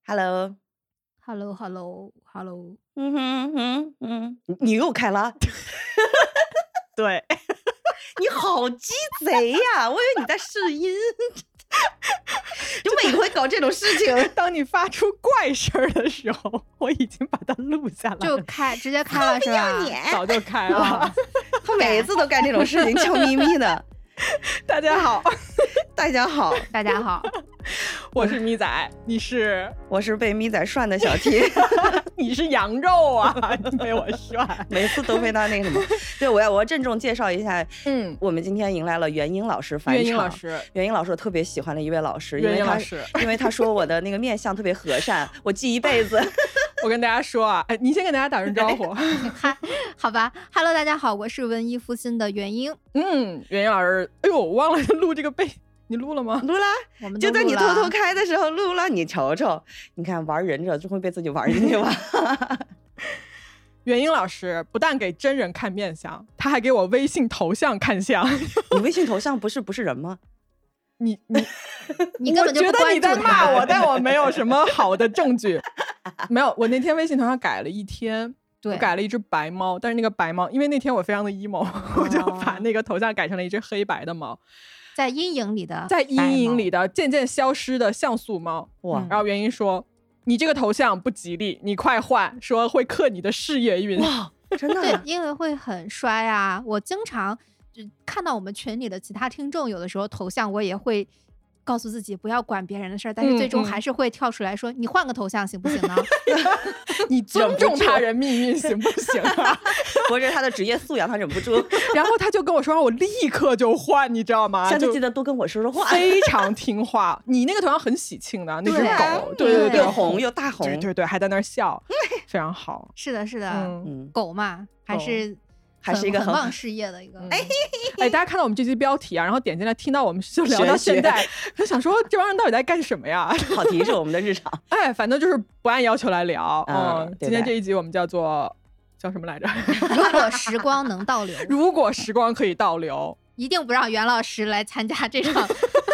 Hello， Hello Hello Hello， 你又开了？ 对， 你好鸡贼呀！我以为你在试音，就每回搞这种事情。 当你发出怪声的时候，我已经把它录下来了， 就直接开了是吧？ 早就开了。 他每次都干这种事情，悄咪咪的。 大家好， 大家好， 大家好， 我是咪仔，你是？ 我是被咪仔涮的小 T， 你是羊肉啊，你被我涮， 每次都被他那个什么。对，我要郑重介绍一下，我们今天迎来了元英老师返场。元英老师我特别喜欢的一位老师，因为他说我的那个面相特别和善，我记一辈子。 我跟大家说啊，你先跟大家打声招呼。 好吧 ，Hello， 大家好，我是文艺复兴的元英。 元英老师，哎呦，我忘了录这个背。你录了吗？ 录了， 我们就在你偷偷开的时候录了。你瞅瞅，你看玩忍者就会被自己玩进去吧。 元英老师不但给真人看面相，他还给我微信头像看相。 你微信头像不是人吗？ 你根本就不关注他。 我觉得你在骂我，但我没有什么好的证据。没有，我那天微信头像改了一天。 对， 我改了一只白猫，但是那个白猫，因为那天我非常的 emo，我就把那个头像改成了一只黑白的猫。 在阴影里的， 渐渐消失的像素猫。哇！然后元英说：“你这个头像不吉利，你快换，说会克你的事业运。” 哇，真的？ 对，因为会很衰啊。我经常就看到我们群里的其他听众，有的时候头像我也会告诉自己不要管别人的事儿，但是最终还是会跳出来说：“你换个头像行不行呢？” 你尊重他人命运行不行啊？ 或者他的职业素养，他忍不住。 然后他就跟我说，我立刻就换，你知道吗？ 下次记得多跟我说说话。 非常听话。你那个头像很喜庆的，那只狗，对， 又红又大红， 对，还在那儿笑，非常好。 是的，狗嘛，还是一个很旺事业的一个。 大家看到我们这期标题啊，然后点进来听到我们就聊到现在，就想说这帮人到底在干什么呀？ 跑题是我们的日常。 反正就是不按要求来聊。今天这一集我们叫什么来着？ 如果时光能倒流， 如果时光可以倒流， 一定不让袁老师来参加这场。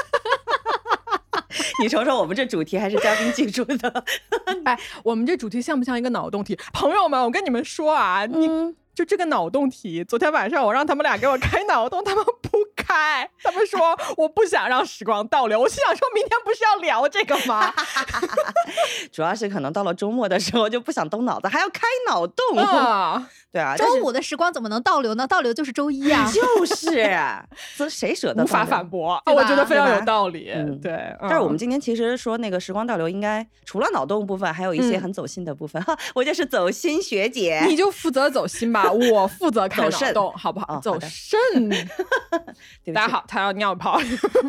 你瞅瞅，我们这主题还是嘉宾进驻的。 我们这主题像不像一个脑洞题？朋友们，我跟你们说啊，就这个脑洞题，昨天晚上我让他们俩给我开脑洞，他们不开，他们说我不想让时光倒流。我心想说，明天不是要聊这个吗？ 主要是可能到了周末的时候就不想动脑子，还要开脑洞啊。 对啊， 周五的时光怎么能倒流呢？倒流就是周一啊。 就是，这谁舍得？ 无法反驳，我觉得非常有道理。对， 但是我们今天其实说那个时光倒流，应该除了脑洞部分，还有一些很走心的部分。我就是走心学姐， 你就负责走心吧，我负责开脑洞，好不好？走肾。大家好，他要尿泡。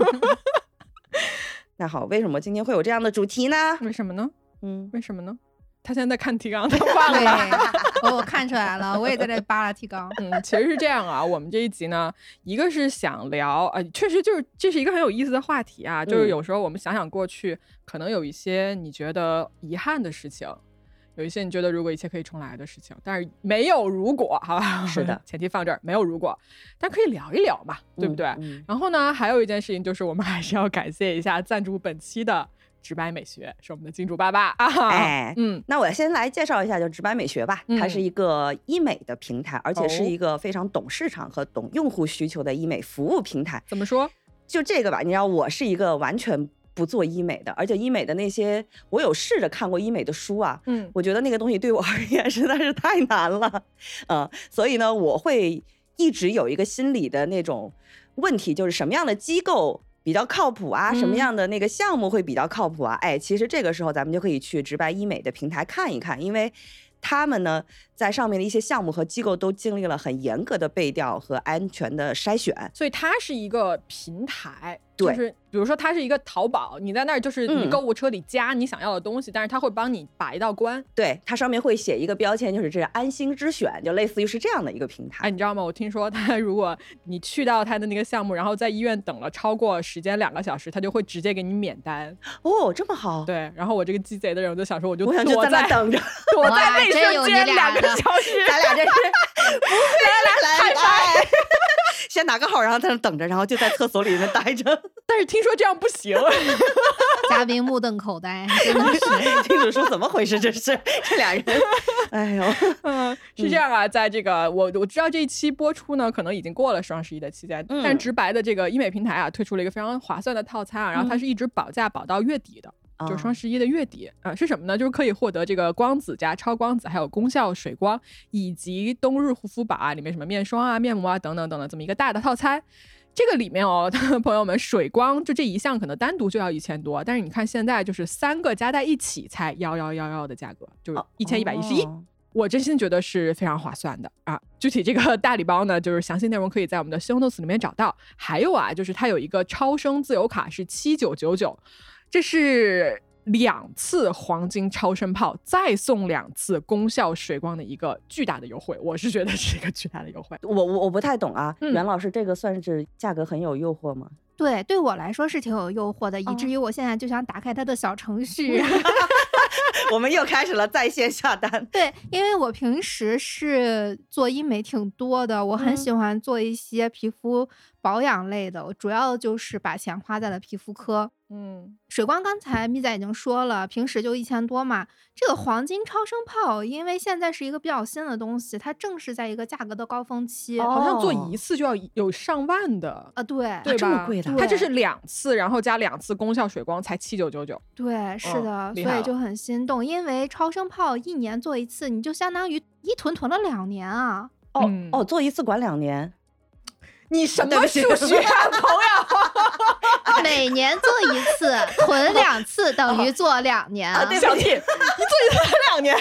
那好，为什么今天会有这样的主题呢？ 为什么呢？为什么呢？他现在在看提纲，他忘了。我看出来了，我也在这扒拉提纲。 其实是这样啊，我们这一集呢，一个是想聊确实就是这是一个很有意思的话题啊，就是有时候我们想想过去，可能有一些你觉得遗憾的事情，有一些你觉得如果一切可以重来的事情，但是没有如果，好吧？ 是的， 前提放这儿，没有如果，但可以聊一聊嘛，对不对？然后呢，还有一件事情就是我们还是要感谢一下赞助本期的直白美学，是我们的金主爸爸啊。 那我先来介绍一下，就直白美学吧。它是一个医美的平台，而且是一个非常懂市场和懂用户需求的医美服务平台。 怎么说？ 就这个吧，你知道我是一个完全不做医美的，而且医美的那些我有试着看过医美的书啊，我觉得那个东西对我而言实在是太难了，所以呢，我会一直有一个心理的那种问题，就是什么样的机构比较靠谱啊，什么样的那个项目会比较靠谱啊？其实这个时候咱们就可以去直白医美的平台看一看，因为他们呢在上面的一些项目和机构都经历了很严格的背调和安全的筛选， 所以它是一个平台。 对， 就是比如说它是一个淘宝，你在那儿就是你购物车里加你想要的东西，但是它会帮你把一道关。 对，它上面会写一个标签，就是这是安心之选，就类似于是这样的一个平台。 你知道吗？我听说它如果你去到它的那个项目，然后在医院等了超过时间2个小时，它就会直接给你免单。 哦，这么好。 对，然后我这个鸡贼的人，我就想说，我就在那等着， 躲在卫生间2个小时。 咱俩这是来，先拿个号，然后在那等着，然后就在厕所里面待着。 但是听说这样不行。 嘉宾目瞪口呆，真的是金主说怎么回事？这俩人，哎呦， 是这样啊，在这个我知道这一期播出呢，可能已经过了双11的期间，但直白的这个医美平台啊，推出了一个非常划算的套餐啊，然后它是一直保价保到月底的。就是双11的月底是什么呢？就是可以获得这个光子加超光子，还有功效水光，以及冬日护肤宝啊，里面什么面霜啊、面膜啊等等等等，这么一个大的套餐。这个里面朋友们，水光就这一项可能单独就要1000多，但是你看现在就是3个加在一起才1111的价格，就是1111。我真心觉得是非常划算的啊！具体这个大礼包呢，就是详细内容可以在我们的 show notes 里面找到。还有啊，就是它有一个超声自由卡是7999。这是2次黄金超声炮再送2次功效水光的一个巨大的优惠，我是觉得是一个巨大的优惠。 我不太懂啊，袁老师，这个算是价格很有诱惑吗？ 对我来说是挺有诱惑的，以至于我现在就想打开它的小程序。 我们又开始了在线下单。 对，因为我平时是做医美挺多的，我很喜欢做一些皮肤保养类的，我主要就是把钱花在了皮肤科。水光刚才咪仔已经说了，平时就1000多嘛。这个黄金超声炮，因为现在是一个比较新的东西，它正是在一个价格的高峰期， 好像做1次就要有上万的啊，对吧？ 这么贵的？ 它这是2次，然后加2次功效水光才7999。 对，是的，所以就很心动，因为超声炮1年做1次，你就相当于一囤了2年啊。 做1次管2年。 你什么数学啊，朋友？ 每年做1次，囤2次等于做2年。 对， 小 T， 你做1次才2年。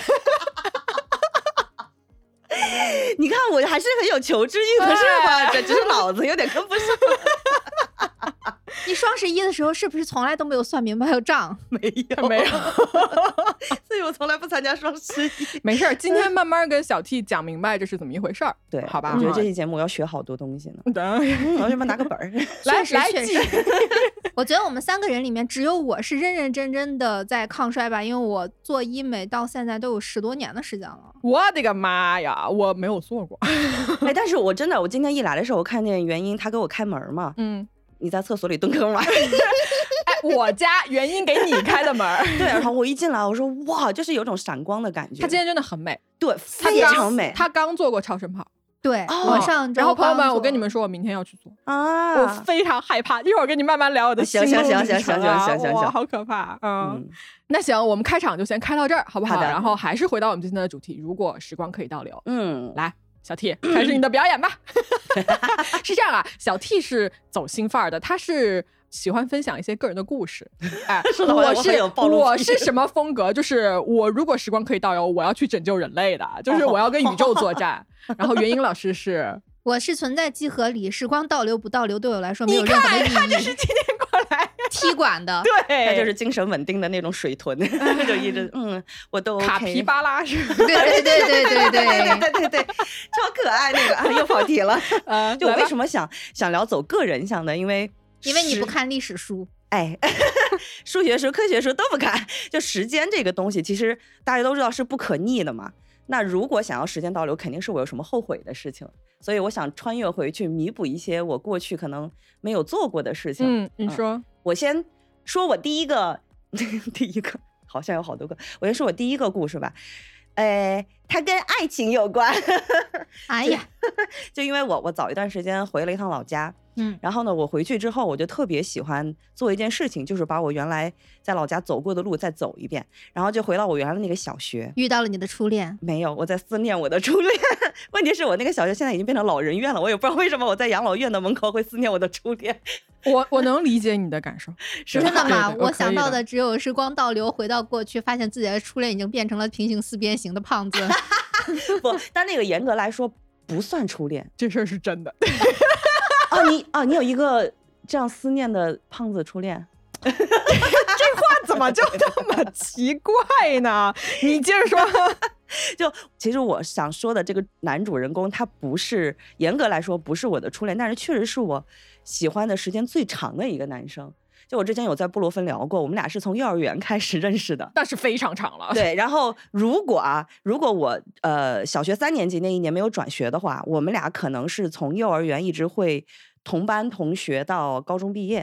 你看我还是很有求知欲的是吧？这只是脑子有点跟不上。 你双11的时候是不是从来都没有算明白有账？ 没有，所以我从来不参加双11。 没事，今天慢慢跟小 T 讲明白这是怎么一回事儿。 对， 好吧。 我觉得这期节目我要学好多东西呢。我要不拿个本儿来记。我觉得我们3个人里面只有我是认认真真的在抗衰吧，因为我做医美到现在都有10多年的时间了。 我的个妈呀，我没有做过。 但是我今天一来的时候，我看见原因他给我开门嘛。你在厕所里蹲坑吗？ 我家原因给你开的门。 对，然后我一进来，我说哇，就是有种闪光的感觉。 他今天真的很美， 对，非常美。 他刚做过超声炮， 对，我上周。 然后朋友们，我跟你们说，我明天要去做啊，我非常害怕。一会儿跟你慢慢聊我的心路历程啊，哇，好可怕。那行，我们开场就先开到这儿，好不好？然后还是回到我们今天的主题，如果时光可以倒流。来。小 T 开始你的表演吧。是这样啊，小 T 是走心范儿的，他是喜欢分享一些个人的故事。我是什么风格？就是我如果时光可以倒流，我要去拯救人类的，就是我要跟宇宙作战。然后元英老师是， 我是存在即合理，时光倒流不倒流对我来说没有任何的意义。 他这是今天过来踢馆的， 对， 他就是精神稳定的那种水豚，就一直我都 OK。 卡皮巴拉是吧？ 对，超可爱那个又跑题了。就我为什么想聊走个人向的，因为你不看历史书。 数学书、科学书都不看。就时间这个东西，其实大家都知道是不可逆的嘛。那如果想要时间倒流，肯定是我有什么后悔的事情，所以我想穿越回去弥补一些我过去可能没有做过的事情。 你说， 我先说我第一个好像有好多个，我先说我第一个故事吧。它跟爱情有关。 哎呀， 就因为我早一段时间回了一趟老家。然后呢，我回去之后，我就特别喜欢做一件事情，就是把我原来在老家走过的路再走一遍，然后就回到我原来的那个小学。 遇到了你的初恋？ 没有，我在思念我的初恋。问题是我那个小学现在已经变成老人院了，我也不知道为什么我在养老院的门口会思念我的初恋。 我能理解你的感受。 真的吗？我想到的只有时光倒流，回到过去，发现自己的初恋已经变成了平行四边形的胖子。 不，但那个严格来说不算初恋， 这事儿是真的。 你有一个这样思念的胖子初恋。 这话怎么就这么奇怪呢？你接着说。 就其实我想说的这个男主人公，他不是严格来说不是我的初恋，但是确实是我喜欢的时间最长的一个男生。就我之前有在布洛芬聊过，我们俩是从幼儿园开始认识的， 那是非常长了。 对，然后如果我小学3年级那一年没有转学的话，我们俩可能是从幼儿园一直会同班同学到高中毕业。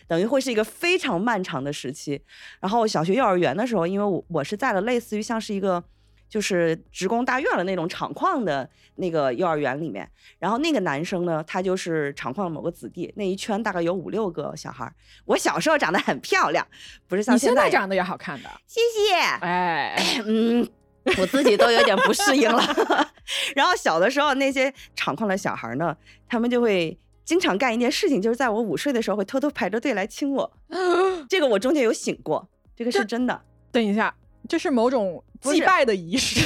等于会是一个非常漫长的时期。然后小学幼儿园的时候，因为我是在了类似于像是一个就是职工大院的那种厂矿的那个幼儿园里面，然后那个男生呢，他就是厂矿某个子弟，那一圈大概有5、6个小孩。我小时候长得很漂亮，不是像现在长得也好看的， 谢谢。 哎， 我自己都有点不适应了。然后小的时候那些厂矿的小孩呢，他们就会经常干一件事情，就是在我午睡的时候会偷偷排着队来亲我。这个我中间有醒过，这个是真的。 等一下，这是某种祭拜的仪式。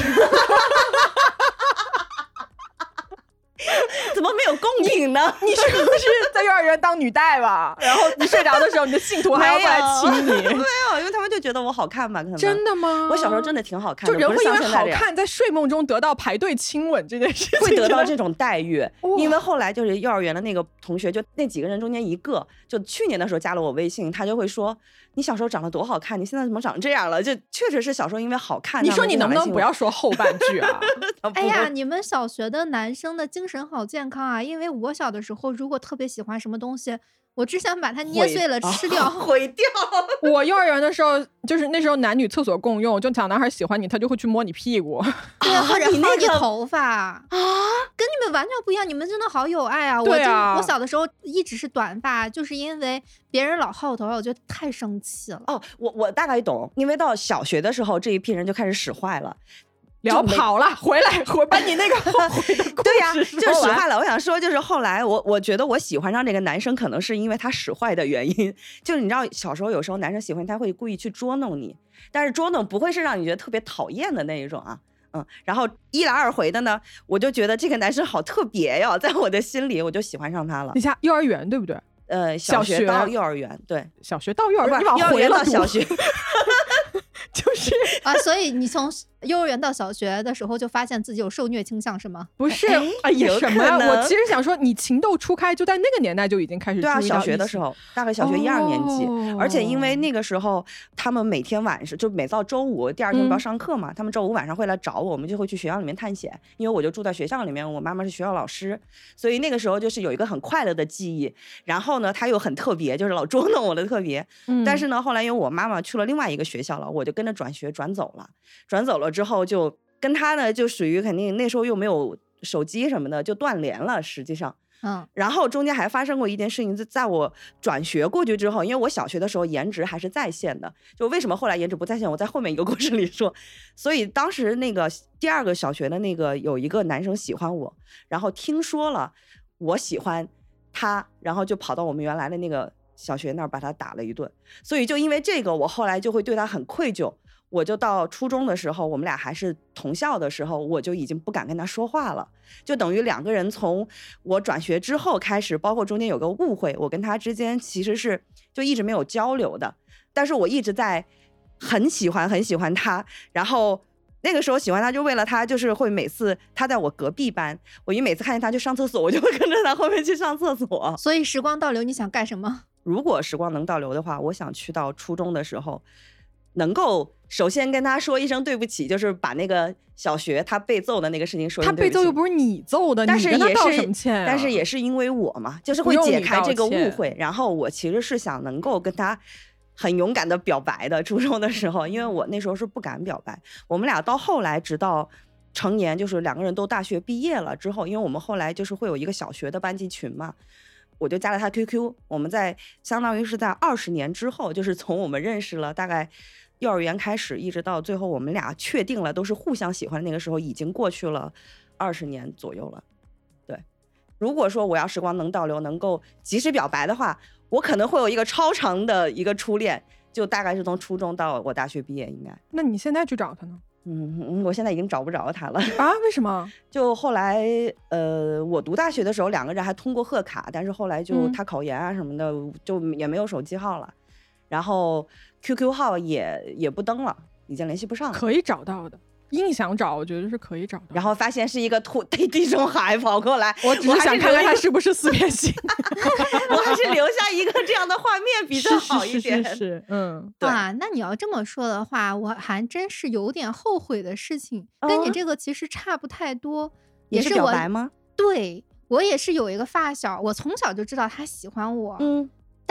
怎么没有贡品呢？ 你是不是在幼儿园当女带吧？然后你睡着的时候，你的信徒还要过来亲你？ 没有，因为他们就觉得我好看嘛。可能真的吗？ 我小时候真的挺好看的， 就人会因为好看在睡梦中得到排队亲吻这件事情， 会得到这种待遇。因为后来就是幼儿园的那个同学，就那几个人中间一个，就去年的时候加了我微信，他就会说你小时候长得多好看，你现在怎么长这样了？就确实是小时候因为好看。 你说你能不能不要说后半句啊？ 哎呀，你们小学的男生的精神好健康啊！因为我小的时候，如果特别喜欢什么东西，我只想把它捏碎了吃掉、 毁掉。 我幼儿园的时候，就是那时候男女厕所共用，就小男孩喜欢你，他就会去摸你屁股， 对，或者薅你头发啊，跟你们完全不一样。你们真的好有爱啊！我小的时候一直是短发，就是因为别人老薅我头发，我觉得太生气了。 哦，我大概懂，因为到小学的时候，这一批人就开始使坏了。 聊跑了，回来把你那个后悔的故事对呀，就使坏了。我想说，就是后来我觉得我喜欢上这个男生，可能是因为他使坏的原因。就是你知道，小时候有时候男生喜欢他会故意去捉弄你，但是捉弄不会是让你觉得特别讨厌的那一种啊。然后一来二回的呢，我就觉得这个男生好特别哟，在我的心里我就喜欢上他了。 你像幼儿园对不对？ 小学到幼儿园，对， 小学到幼儿园， 你往回了小学。 就是啊，所以你从幼儿园到小学的时候就发现自己有受虐倾向是吗？ 不是，哎呀，什么呀？我其实想说，你情窦初开就在那个年代就已经开始注意到。 对啊，小学的时候，大概小学1、2年级，而且因为那个时候他们每天晚上就每到周五第二天不要上课嘛，他们周五晚上会来找我们，就会去学校里面探险。因为我就住在学校里面，我妈妈是学校老师，所以那个时候就是有一个很快乐的记忆。然后呢，他又很特别，就是老捉弄我的特别。但是呢，后来因为我妈妈去了另外一个学校了，我就跟着转学转走了。转走了之后就跟他呢就属于肯定那时候又没有手机什么的，就断联了实际上。然后中间还发生过一件事情，在我转学过去之后，因为我小学的时候颜值还是在线的，就为什么后来颜值不在线我在后面一个故事里说。所以当时那个第2个小学的那个有一个男生喜欢我，然后听说了我喜欢他，然后就跑到我们原来的那个小学那儿把他打了一顿。所以就因为这个我后来就会对他很愧疚。我就到初中的时候，我们俩还是同校的时候，我就已经不敢跟他说话了，就等于2个人从我转学之后开始，包括中间有个误会，我跟他之间其实是就一直没有交流的。但是我一直在很喜欢他，然后那个时候喜欢他就为了他，就是会每次他在我隔壁班，我一每次看见他去上厕所，我就会跟着他后面去上厕所。 所以时光倒流，你想干什么？ 如果时光能倒流的话，我想去到初中的时候，能够首先跟他说一声对不起，就是把那个小学他被揍的那个事情说一声对不起。 他被揍又不是你揍的， 但是也是， 你跟他道什么歉啊？ 但是也是因为我嘛，就是会解开这个误会。然后我其实是想能够跟他很勇敢的表白的，初中的时候，因为我那时候是不敢表白。我们俩到后来直到成年，就是2个人都大学毕业了之后，因为我们后来就是会有一个小学的班级群嘛，我就加了他 QQ。我们在相当于是在20年之后，就是从我们认识了大概幼儿园开始，一直到最后我们俩确定了都是互相喜欢的那个时候，已经过去了20年左右了。对，如果说我要时光能倒流，能够及时表白的话，我可能会有一个超长的一个初恋，就大概是从初中到我大学毕业应该。 那你现在去找他呢？ 我现在已经找不着他了啊？为什么？就后来我读大学的时候2个人还通过贺卡，但是后来就他考研啊什么的，就也没有手机号了，然后 QQ 号也不登了，已经联系不上了。 可以找到的，硬想找我觉得是可以找到。 然后发现是一个地中海跑过来， 我只是想看看他是不是四边形。 我还是留下一个这样的画面比较好一点。 是对啊，那你要这么说的话，我还真是有点后悔的事情，跟你这个其实差不太多。 也是表白吗？ 对，我也是有一个发小，我从小就知道他喜欢我。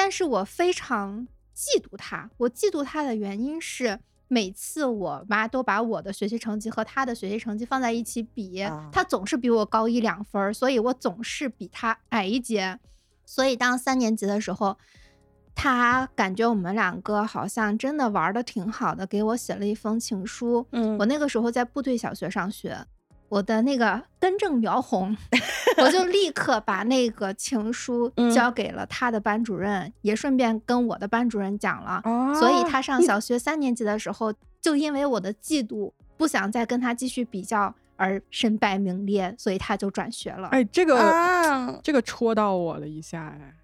但是我非常嫉妒他。我嫉妒他的原因是，每次我妈都把我的学习成绩和他的学习成绩放在一起比，他总是比我高1-2分，所以我总是比他矮一截。所以当3年级的时候，他感觉我们2个好像真的玩的挺好的，给我写了一封情书。我那个时候在部队小学上学，我的那个根正苗红，我就立刻把那个情书交给了他的班主任，也顺便跟我的班主任讲了。所以他上小学3年级的时候，就因为我的嫉妒，不想再跟他继续比较而身败名裂，所以他就转学了。 哎，这个戳到我了一下。哎，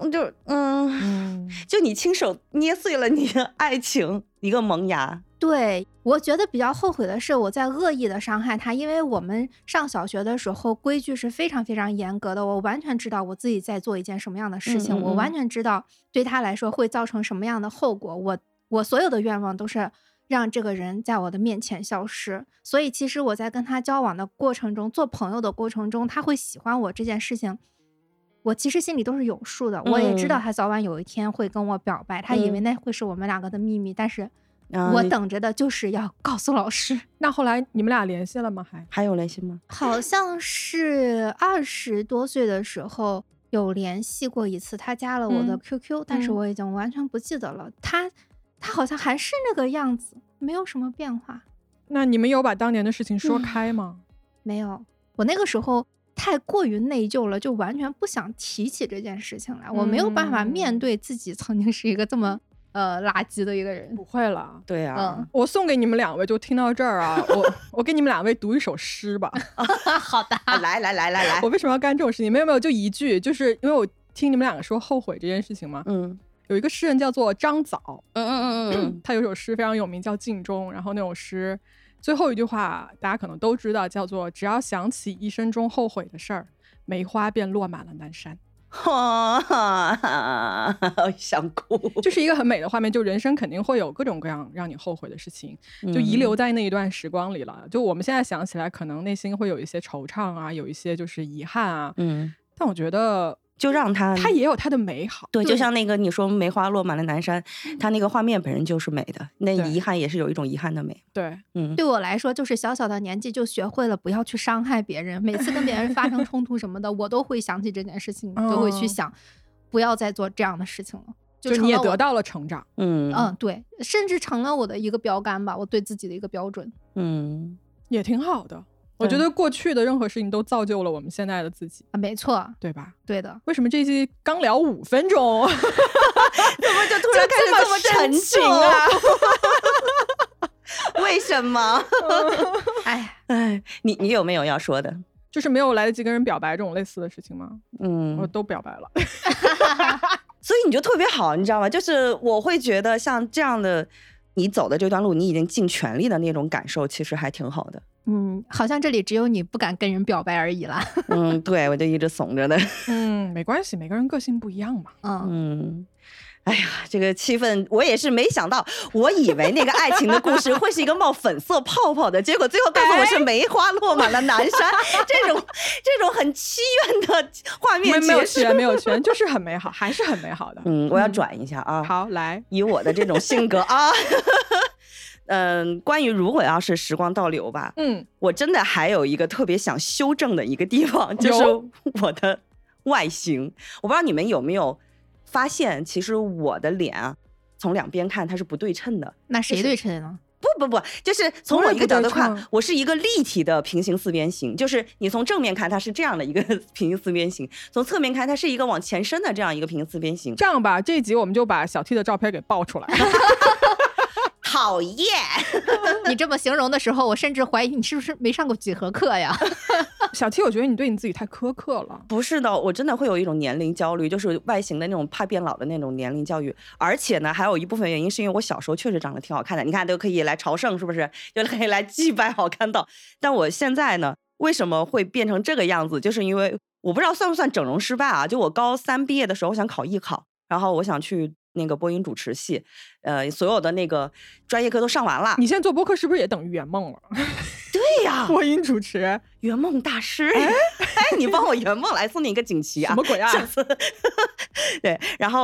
就你亲手捏碎了你的爱情一个萌芽。 对，我觉得比较后悔的是我在恶意的伤害他，因为我们上小学的时候规矩是非常非常严格的，我完全知道我自己在做一件什么样的事情，我完全知道对他来说会造成什么样的后果，我所有的愿望都是让这个人在我的面前消失。所以其实我在跟他交往的过程中，做朋友的过程中，他会喜欢我这件事情，我其实心里都是有数的。我也知道他早晚有一天会跟我表白，他以为那会是我们2个的秘密，但是我等着的就是要告诉老师。 那后来你们俩联系了吗？ 还有联系吗？ 好像是20多岁的时候有联系过一次，他加了我的 QQ，但是我已经完全不记得了。他好像还是那个样子，没有什么变化。 那你们有把当年的事情说开吗？ 没有，我那个时候太过于内疚了，就完全不想提起这件事情来。我没有办法面对自己曾经是一个这么垃圾的一个人。 不会了， 对啊。 我送给你们2位，就听到这儿啊，我给你们2位读一首诗吧。 好的， 来。 我为什么要干这种事情？没有，就一句，就是因为我听你们2个说后悔这件事情嘛。有一个诗人叫做张枣，他有首诗非常有名，叫《镜中》。然后那首诗最后一句话大家可能都知道，叫做只要想起一生中后悔的事儿，梅花便落满了南山。 想哭。 就是一个很美的画面，就人生肯定会有各种各样让你后悔的事情，就遗留在那一段时光里了。就我们现在想起来，可能内心会有一些惆怅啊，有一些就是遗憾啊。但我觉得就让它也有它的美好。 对，就像那个你说梅花落满了南山，它那个画面本身就是美的，那遗憾也是有一种遗憾的美。 对， 对我来说，就是小小的年纪就学会了不要去伤害别人。每次跟别人发生冲突什么的，我都会想起这件事情，就会去想不要再做这样的事情了。 就你也得到了成长。 对，甚至成了我的一个标杆吧，我对自己的一个标准。 也挺好的。我觉得过去的任何事情都造就了我们现在的自己。 没错， 对吧？ 对的。 为什么这一期刚聊5分钟，怎么就突然开始这么沉情啊？为什么？你有没有要说的？ 就是没有来得及跟人表白这种类似的事情吗？我都表白了。 所以你就特别好，你知道吗？就是我会觉得像这样的，你走的这段路，你已经尽全力的那种感受，其实还挺好的。 好像这里只有你不敢跟人表白而已啦。 对，我就一直怂着的。 没关系，每个人个性不一样嘛。 哎呀，这个气氛我也是没想到，我以为那个爱情的故事会是一个冒粉色泡泡的，结果最后告诉我是梅花落满了南山，这种很凄怨的画面结束。 没有全，就是很美好，还是很美好的。 我要转一下啊。 好，来， 以我的这种性格啊。关于如果要是时光倒流吧，我真的还有一个特别想修正的一个地方，就是我的外形。我不知道你们有没有发现，其实我的脸啊，从两边看它是不对称的。 那谁对称呢？ 不，就是从我一个角度看，我是一个立体的平行四边形，就是你从正面看它是这样的一个平行四边形，从侧面看它是一个往前伸的这样一个平行四边形。 这样吧，这一集我们就把小 T 的照片给爆出来。 讨厌。 你这么形容的时候，我甚至怀疑你是不是没上过几何课呀。 小 T， 我觉得你对你自己太苛刻了。 不是的，我真的会有一种年龄焦虑，就是外形的那种怕变老的那种年龄焦虑。而且呢，还有一部分原因是因为我小时候确实长得挺好看的，你看都可以来朝圣，是不是？就可以来祭拜好看到。但我现在呢，为什么会变成这个样子？就是因为我不知道算不算整容失败啊？就我高3毕业的时候，我想考艺考，然后我想去那个播音主持系，所有的那个专业课都上完了。 你现在做播客是不是也等于圆梦了？ 对呀， 播音主持圆梦大师。你帮我圆梦来送你一个锦旗啊！ 什么鬼啊？ 对，然后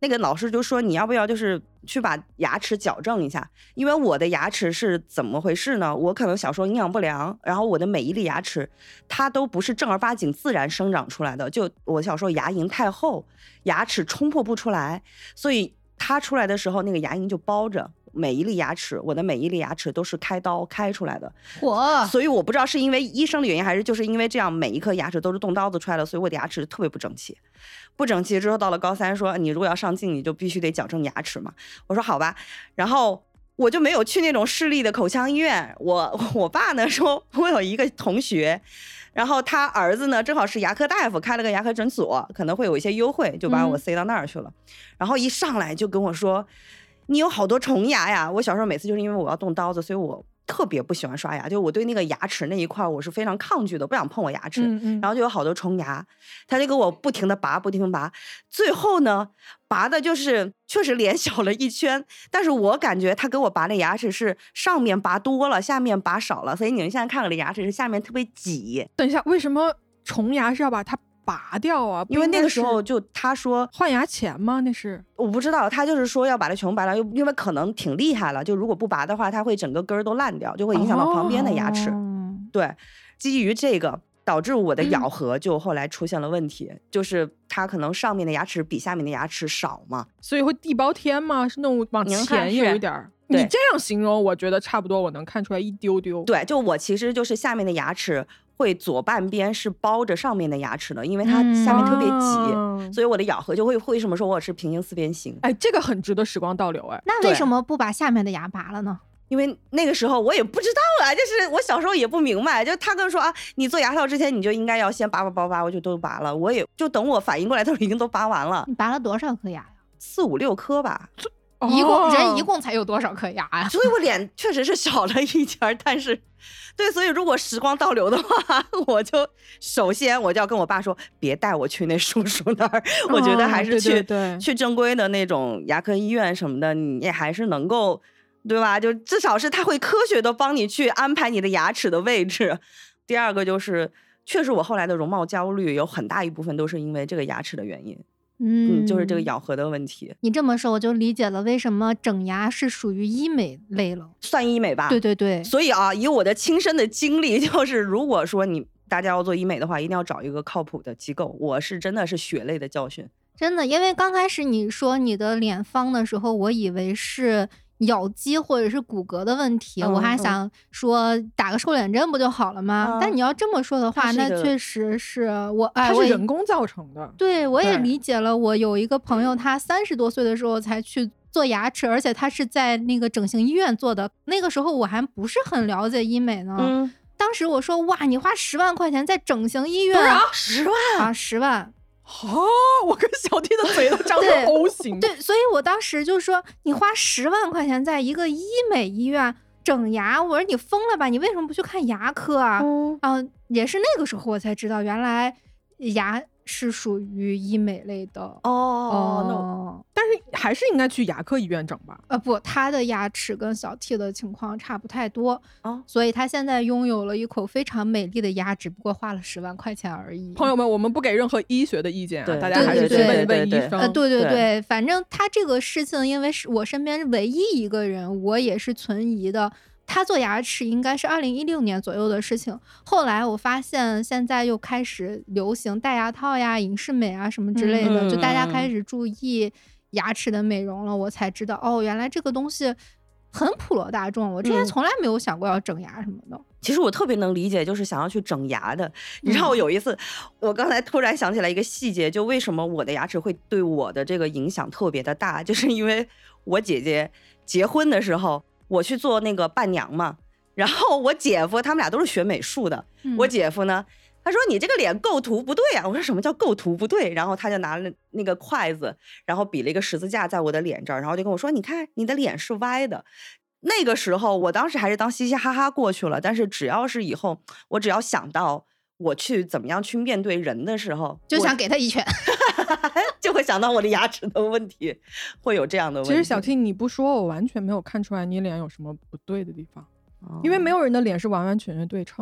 那个老师就说你要不要就是去把牙齿矫正一下，因为我的牙齿是怎么回事呢？我可能小时候营养不良，然后我的每一粒牙齿它都不是正儿八经自然生长出来的，就我小时候牙龈太厚，牙齿冲破不出来，所以它出来的时候那个牙龈就包着每一粒牙齿，我的每一粒牙齿都是开刀开出来的。所以我不知道是因为医生的原因，还是就是因为这样每一颗牙齿都是动刀子出来的，所以我的牙齿特别不整齐。不整齐之后到了高3说你如果要上镜你就必须得矫正牙齿嘛，我说好吧，然后我就没有去那种市立的口腔医院。我爸呢说我有一个同学，然后他儿子呢正好是牙科大夫，开了个牙科诊所，可能会有一些优惠，就把我塞到那儿去了。然后一上来就跟我说你有好多虫牙呀。我小时候每次就是因为我要动刀子，所以我特别不喜欢刷牙，就我对那个牙齿那一块我是非常抗拒的，不想碰我牙齿。然后就有好多虫牙，他就给我不停的拔不停的拔，最后呢拔的就是确实脸小了一圈，但是我感觉他给我拔的牙齿是上面拔多了下面拔少了，所以你们现在看我的牙齿是下面特别挤。 等一下，为什么虫牙是要把它拔掉啊？ 因为那个时候就他说换牙前吗？那是我不知道，他就是说要把它全部拔掉，因为可能挺厉害了，就如果不拔的话它会整个根儿都烂掉，就会影响到旁边的牙齿。对，基于这个导致我的咬合就后来出现了问题，就是它可能上面的牙齿比下面的牙齿少嘛， 所以会地包天吗？是那种往前有一点。你这样形容我觉得差不多，我能看出来一丢丢。 对，就我其实就是下面的牙齿会左半边是包着上面的牙齿的，因为它下面特别挤，所以我的咬合就会为什么说我是平行四边形。 哎，这个很值得时光倒流。哎， 那为什么不把下面的牙拔了呢？ 因为那个时候我也不知道啊，就是我小时候也不明白，就他跟说啊，你做牙套之前你就应该要先拔，我就都拔了，我也就等我反应过来都已经都拔完了。 你拔了多少颗牙呀 ？4、5、6颗吧。 人一共才有多少颗牙呀？ 所以我脸确实是小了一点，但是对，所以如果时光倒流的话，我就首先我就要跟我爸说，别带我去那叔叔那儿，我觉得还是去正规的那种牙科医院什么的，你也还是能够，对吧？就至少是他会科学的帮你去安排你的牙齿的位置。第二个就是确实我后来的容貌焦虑有很大一部分都是因为这个牙齿的原因。就是这个咬合的问题。 你这么说我就理解了为什么整牙是属于医美类了。 算医美吧。 对对对。 所以啊，以我的亲身的经历，就是如果说大家要做医美的话，一定要找一个靠谱的机构。我是真的是血泪的教训。 真的，因为刚开始你说你的脸方的时候，我以为是咬肌或者是骨骼的问题，我还想说打个瘦脸针不就好了吗？但你要这么说的话，那确实是它是人工造成的。 对，我也理解了。我有一个朋友，他30多岁的时候才去做牙齿，而且他是在那个整形医院做的。那个时候我还不是很了解医美呢。当时我说哇，你花10万块钱在整形医院 ，10万啊，10万。 我跟小弟的嘴都张成 O 型。 对，所以我当时就说你花10万块钱在一个医美医院整牙，我说你疯了吧，你为什么不去看牙科啊？也是那个时候我才知道原来牙是属于医美类的。 但是还是应该去牙科医院整吧。 不，他的牙齿跟小 T 的情况差不太多，所以他现在拥有了一口非常美丽的牙，只不过花了10万块钱而已。 朋友们，我们不给任何医学的意见啊，大家还是去问医生。 对，反正他这个事情，因为是我身边唯一一个人，我也是存疑的。他做牙齿应该是2016年左右的事情，后来我发现现在又开始流行戴牙套呀、隐适美啊什么之类的，就大家开始注意牙齿的美容了，我才知道原来这个东西很普罗大众，我之前从来没有想过要整牙什么的。 其实我特别能理解就是想要去整牙的。你知道我有一次我刚才突然想起来一个细节，就为什么我的牙齿会对我的这个影响特别的大，就是因为我姐姐结婚的时候我去做那个伴娘嘛，然后我姐夫他们俩都是学美术的，我姐夫呢他说你这个脸构图不对啊，我说什么叫构图不对，然后他就拿了那个筷子然后比了一个十字架在我的脸这儿，然后就跟我说你看你的脸是歪的。那个时候我当时还是当嘻嘻哈哈过去了，但是只要是以后我只要想到我去怎么样去面对人的时候， 就想给他一拳就会想到我的牙齿的问题，会有这样的问题。 其实小 T 你不说我完全没有看出来你脸有什么不对的地方，因为没有人的脸是完完全全对称的呀。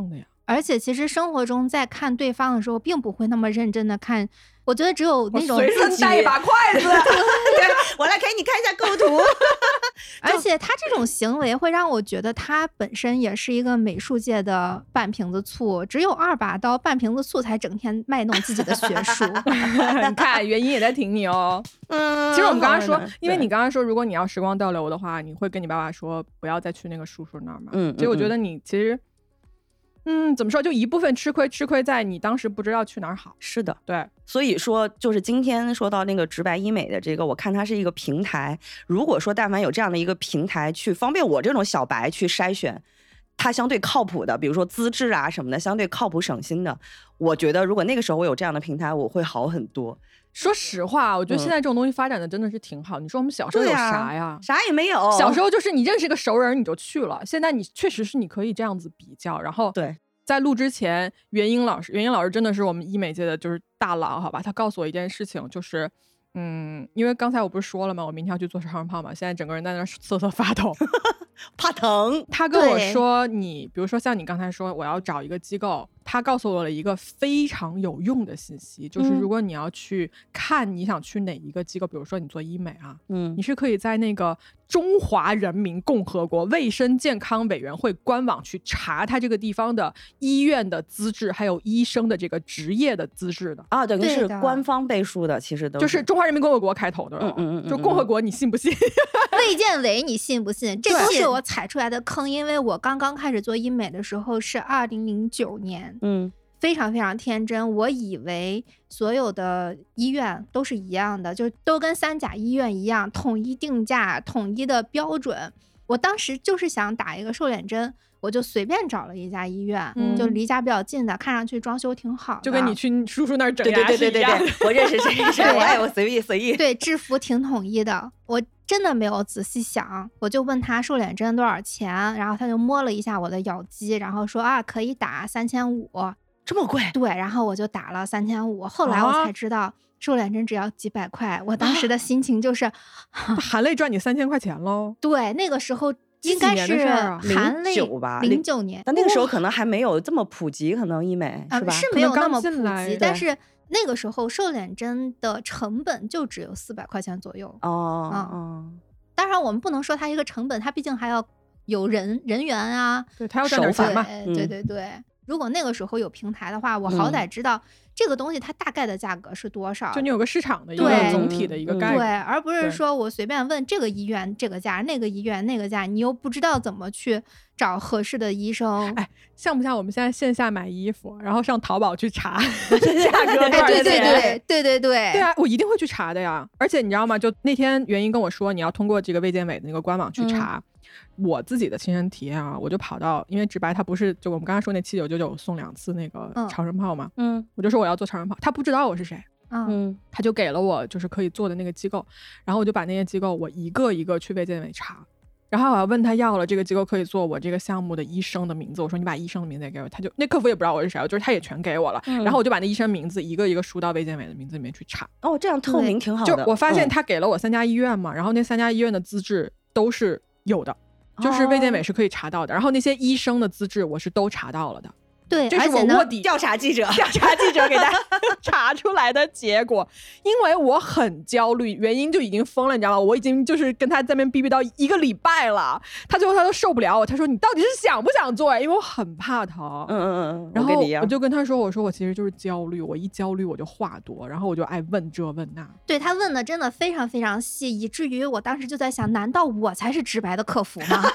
而且其实生活中在看对方的时候，并不会那么认真的看。我觉得只有那种随身带一把筷子， 我来给你看一下构图。 而且他这种行为会让我觉得他本身也是一个美术界的半瓶子醋，只有2把刀半瓶子醋才整天卖弄自己的学术。 你看原因也在挺你哦。其实我们刚刚说，因为你刚刚说如果你要时光倒流的话，你会跟你爸爸说不要再去那个叔叔那儿嘛。所以我觉得你其实怎么说，就一部分吃亏在你当时不知道去哪儿好。 是的， 对。 所以说就是今天说到那个直白医美的这个，我看它是一个平台，如果说但凡有这样的一个平台去方便我这种小白去筛选它相对靠谱的，比如说资质啊什么的相对靠谱省心的，我觉得如果那个时候我有这样的平台，我会好很多。 说实话，我觉得现在这种东西发展的真的是挺好。你说我们小时候有啥呀？ 啥也没有。 小时候就是你认识个熟人你就去了，现在你确实是你可以这样子比较。然后对， 在录之前，袁英老师真的是我们医美界的就是大佬，好吧？他告诉我一件事情，就是因为刚才我不是说了吗？我明天要去做超声炮嘛，现在整个人在那瑟瑟发抖。 怕疼。 他跟我说，你比如说像你刚才说我要找一个机构，他告诉我了一个非常有用的信息，就是如果你要去看你想去哪一个机构，比如说你做医美啊，你是可以在那个中华人民共和国卫生健康委员会官网去查他这个地方的医院的资质，还有医生的这个职业的资质的啊，等于是官方背书的，其实都就是中华人民共和国开头的，就共和国你信不信？ 卫健委你信不信？这都是我踩出来的坑，因为我刚刚开始做医美的时候是2009年，非常非常天真，我以为所有的医院都是一样的，就都跟3甲医院一样，统一定价，统一的标准。我当时就是想打一个瘦脸针，我就随便找了一家医院，就离家比较近的，看上去装修挺好的， 就跟你去叔叔那儿整牙是一样。对，我认识这个事，我随意。 对，制服挺统一的。我真的没有仔细想，我就问他瘦脸针多少钱，然后他就摸了一下我的咬肌，然后说啊可以打3500。 这么贵？ 对，然后我就打了3500。后来我才知道瘦脸针只要几百块，我当时的心情就是含泪赚你3000块钱喽。 对，那个时候应该是含泪 09吧 ，09年。 但那个时候可能还没有这么普及，可能医美是吧？ 是没有那么普及，但是那个时候瘦脸针的成本就只有400块钱左右。当然我们不能说它一个成本，它毕竟还要有人员啊， 对，它要赚点钱嘛。 对。如果那个时候有平台的话，我好歹知道这个东西它大概的价格是多少， 就你有个市场的一个总体的一个概念， 对，而不是说我随便问这个医院这个价，那个医院那个价，你又不知道怎么去找合适的医生。 哎，像不像我们现在线下买衣服，然后上淘宝去查价格多少钱？ 对啊，我一定会去查的呀。而且你知道吗？就那天袁英跟我说，你要通过这个卫健委的那个官网去查。我自己的亲身体验啊，我就跑到，因为直白他不是就我们刚才说那7999送2次那个超声炮嘛，我就说我要做超声炮，他不知道我是谁，他就给了我就是可以做的那个机构，然后我就把那些机构我一个一个去卫健委查，然后我要问他要了这个机构可以做我这个项目的医生的名字，我说你把医生的名字也给我，他就那客服也不知道我是谁，就是他也全给我了，然后我就把那医生名字一个一个输到卫健委的名字里面去查。 哦，这样透明挺好的。 就我发现他给了我3家医院嘛，然后那3家医院的资质都是有的。就是卫健委是可以查到的，然后那些医生的资质我是都查到了的。 对， 这是我卧底调查记者给大家查出来的结果。因为我很焦虑，原因就已经疯了，你知道吗？我已经就是跟他在那边逼到1个礼拜了，他最后他都受不了我，他说你到底是想不想做？因为我很怕疼。然后我就跟他说，我说我其实就是焦虑，我一焦虑我就话多，然后我就爱问这问那。 对，他问的真的非常非常细，以至于我当时就在想，难道我才是直白的客服吗？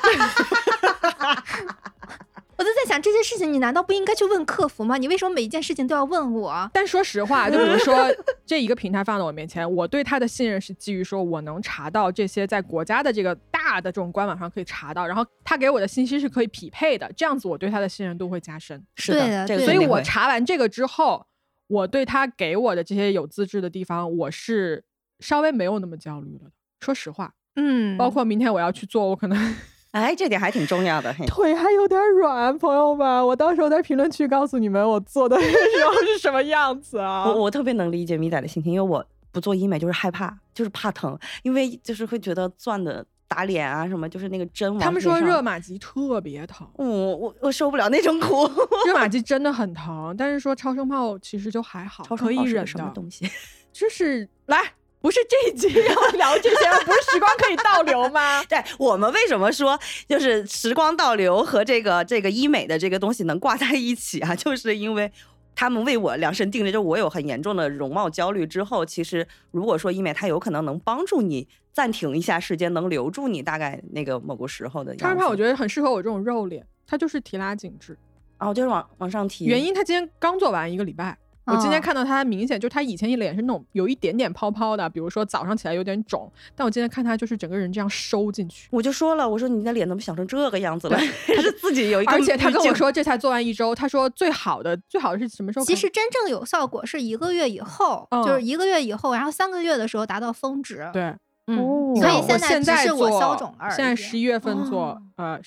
我就在想，这些事情你难道不应该去问客服吗？你为什么每一件事情都要问我？ 但说实话，就比如说这一个平台放到我面前，我对它的信任是基于说我能查到这些在国家的这个大的这种官网上可以查到，然后他给我的信息是可以匹配的，这样子我对他的信任度会加深。 是的， 对的。 所以我查完这个之后，我对他给我的这些有资质的地方，我是稍微没有那么焦虑了。说实话，包括明天我要去做，我可能。 哎，这点还挺重要的。 腿还有点软，朋友们，我到时候在评论区告诉你们我做的时候是什么样子啊！ 我特别能理解米仔的心情，因为我不做医美就是害怕，就是怕疼，因为就是会觉得钻的打脸啊什么，就是那个针往他们说热玛吉特别疼。 我受不了那种苦。 热玛吉真的很疼，但是说超声炮其实就还好，可以忍的。 什么东西？ 就是来。不是这一集要聊这些吗？不是时光可以倒流吗？ 对，我们为什么说就是时光倒流和这个医美的这个东西能挂在一起啊？就是因为他们为我量身定制，就我有很严重的容貌焦虑之后，其实如果说医美，它有可能能帮助你暂停一下时间，能留住你大概那个某个时候的样子。 超声炮我觉得很适合我这种肉脸，它就是提拉紧致， 就是往上提。 原因他今天刚做完1个礼拜。我今天看到他明显就是他以前一脸是那种有一点点泡泡的，比如说早上起来有点肿，但我今天看他就是整个人这样收进去。 我就说了，我说你的脸怎么想成这个样子了？他是自己有一个， 而且他跟我说这才做完1周，他说最好的是什么时候？ 其实真正有效果是1个月以后，就是1个月以后，然后3个月的时候达到峰值。 对， 所以现在只是我消肿而已。 现在11月份做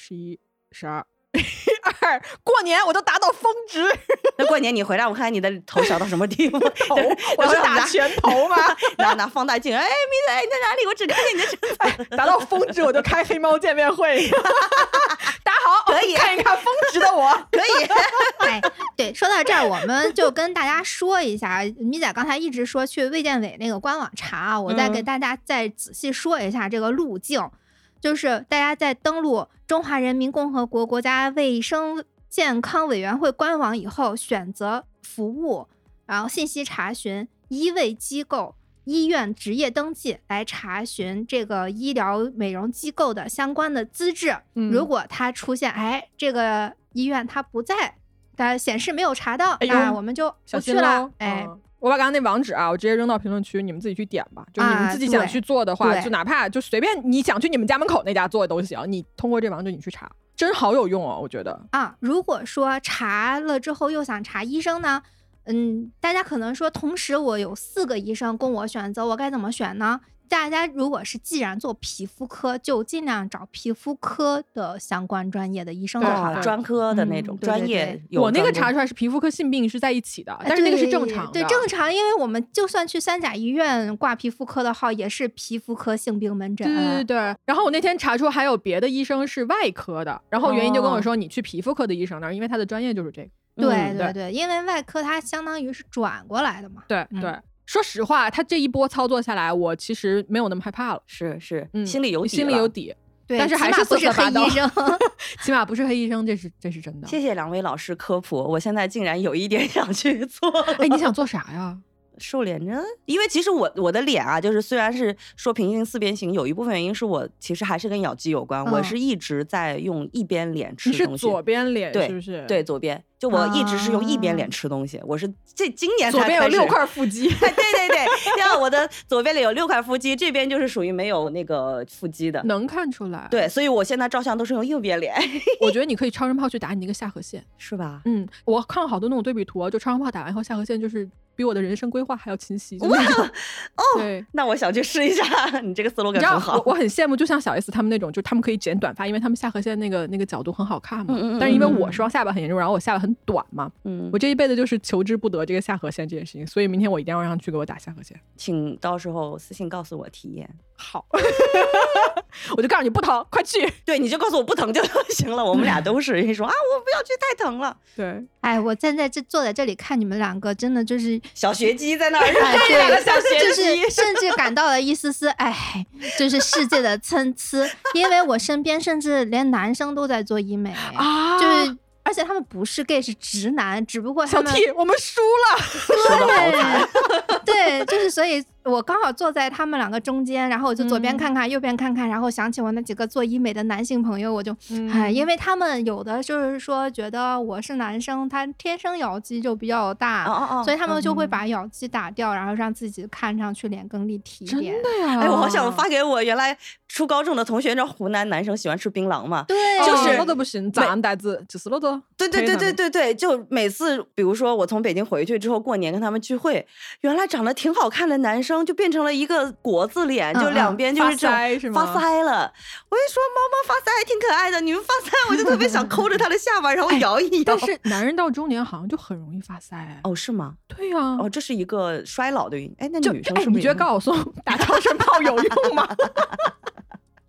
，11、12。过年我都达到峰值。 那过年你回来，我看你的头小到什么地步？ 我是打拳头吗？ 拿放大镜，哎，米仔你在哪里？我只看见你的身材。 达到峰值我就开黑猫见面会。大家好， 可以看一看峰值的我， 可以。 哎，对，说到这儿，我们就跟大家说一下，米仔刚才一直说去卫健委那个官网查，我再给大家再仔细说一下这个路径。就是大家在登录中华人民共和国国家卫生健康委员会官网以后，选择服务，然后信息查询医卫机构、医院执业登记，来查询这个医疗美容机构的相关的资质。如果它出现这个医院它不在，它显示没有查到，那我们就不去了。 我把刚刚那网址我直接扔到评论区，你们自己去点吧。就你们自己想去做的话，就哪怕就随便你想去你们家门口那家做的都行，你通过这网址你去查，真好有用我觉得。 如果说查了之后又想查医生呢，大家可能说同时我有4个医生供我选择，我该怎么选呢？大家如果是既然做皮肤科，就尽量找皮肤科的相关专业的医生就好了， 专科的那种专业。 我那个查出来是皮肤科性病是在一起的，但是那个是正常的。 对，正常，因为我们就算去3甲医院挂皮肤科的号，也是皮肤科性病门诊。 对。然后我那天查出还有别的医生是外科的，然后原因就跟我说你去皮肤科的医生那儿，因为他的专业就是这个。 对，因为外科它相当于是转过来的嘛。 对。说实话，他这一波操作下来，我其实没有那么害怕了。 是，心里有底。 对， 但是还是不是黑医生， 起码不是黑医生，这是真的。 谢谢2位老师科普，我现在竟然有一点想去做。 你想做啥呀？ 瘦脸针，因为其实我的脸就是虽然是说平行四边形，有一部分原因是我其实还是跟咬肌有关，我是一直在用一边脸吃东西。 你是左边脸是不是？ 对，左边，就我一直是用一边脸吃东西，我是今年才左边有6块腹肌。 对，像我的左边脸有6块腹肌，这边就是属于没有那个腹肌的， 能看出来。 对，所以我现在照相都是用右边脸。 我觉得你可以超声炮去打你那个下颌线， 是吧？ 我看了好多那种对比图，就超声炮打完以后下颌线就是比我的人生规划还要清晰。对， 那我想去试一下。你这个slogan很好， 我很羡慕，就像小 S 他们那种，就他们可以剪短发，因为他们下颌线那个角度很好看嘛。但是因为我双下巴很严重，然后我下巴很短嘛，我这一辈子就是求之不得这个下颌线这件事情，所以明天我一定要让去给我打下颌线。 请到时候私信告诉我体验。 好。我就告诉你不疼，快去。 对，你就告诉我不疼就行了。我们俩都是，你说我不要去，太疼了。 对， 我站在坐在这里看你们2个，真的就是小学鸡在那儿， 对， 小学鸡， 就是甚至感到了一丝丝就是世界的参差，因为我身边甚至连男生都在做医美就是。而且他们不是 gay 是直男，只不过他们小 T 我们输了。 对，就是所以我刚好坐在他们2个中间，然后我就左边看看右边看看，然后想起我那几个做医美的男性朋友，我就因为他们有的就是说觉得我是男生，他天生咬肌就比较大，所以他们就会把咬肌打掉，然后让自己看上去脸更立体一点。 真的呀？ 我好想发给我原来初高中的同学，你知道湖南男生喜欢吃槟榔嘛？ 对， 就是那都不行，咋带子就是那个。 对，就每次比如说我从北京回去之后过年跟他们聚会，原来长得挺好看的男生就变成了一个国字脸，就两边就是这种发腮了。我就说猫猫发腮还挺可爱的，你们发腮我就特别想抠着他的下巴然后摇一摇。 但是男人到中年好像就很容易发腮。 哦，是吗？ 对呀。 这是一个衰老的原因。那女生是不是？ 你觉得高晓松打超声炮有用吗？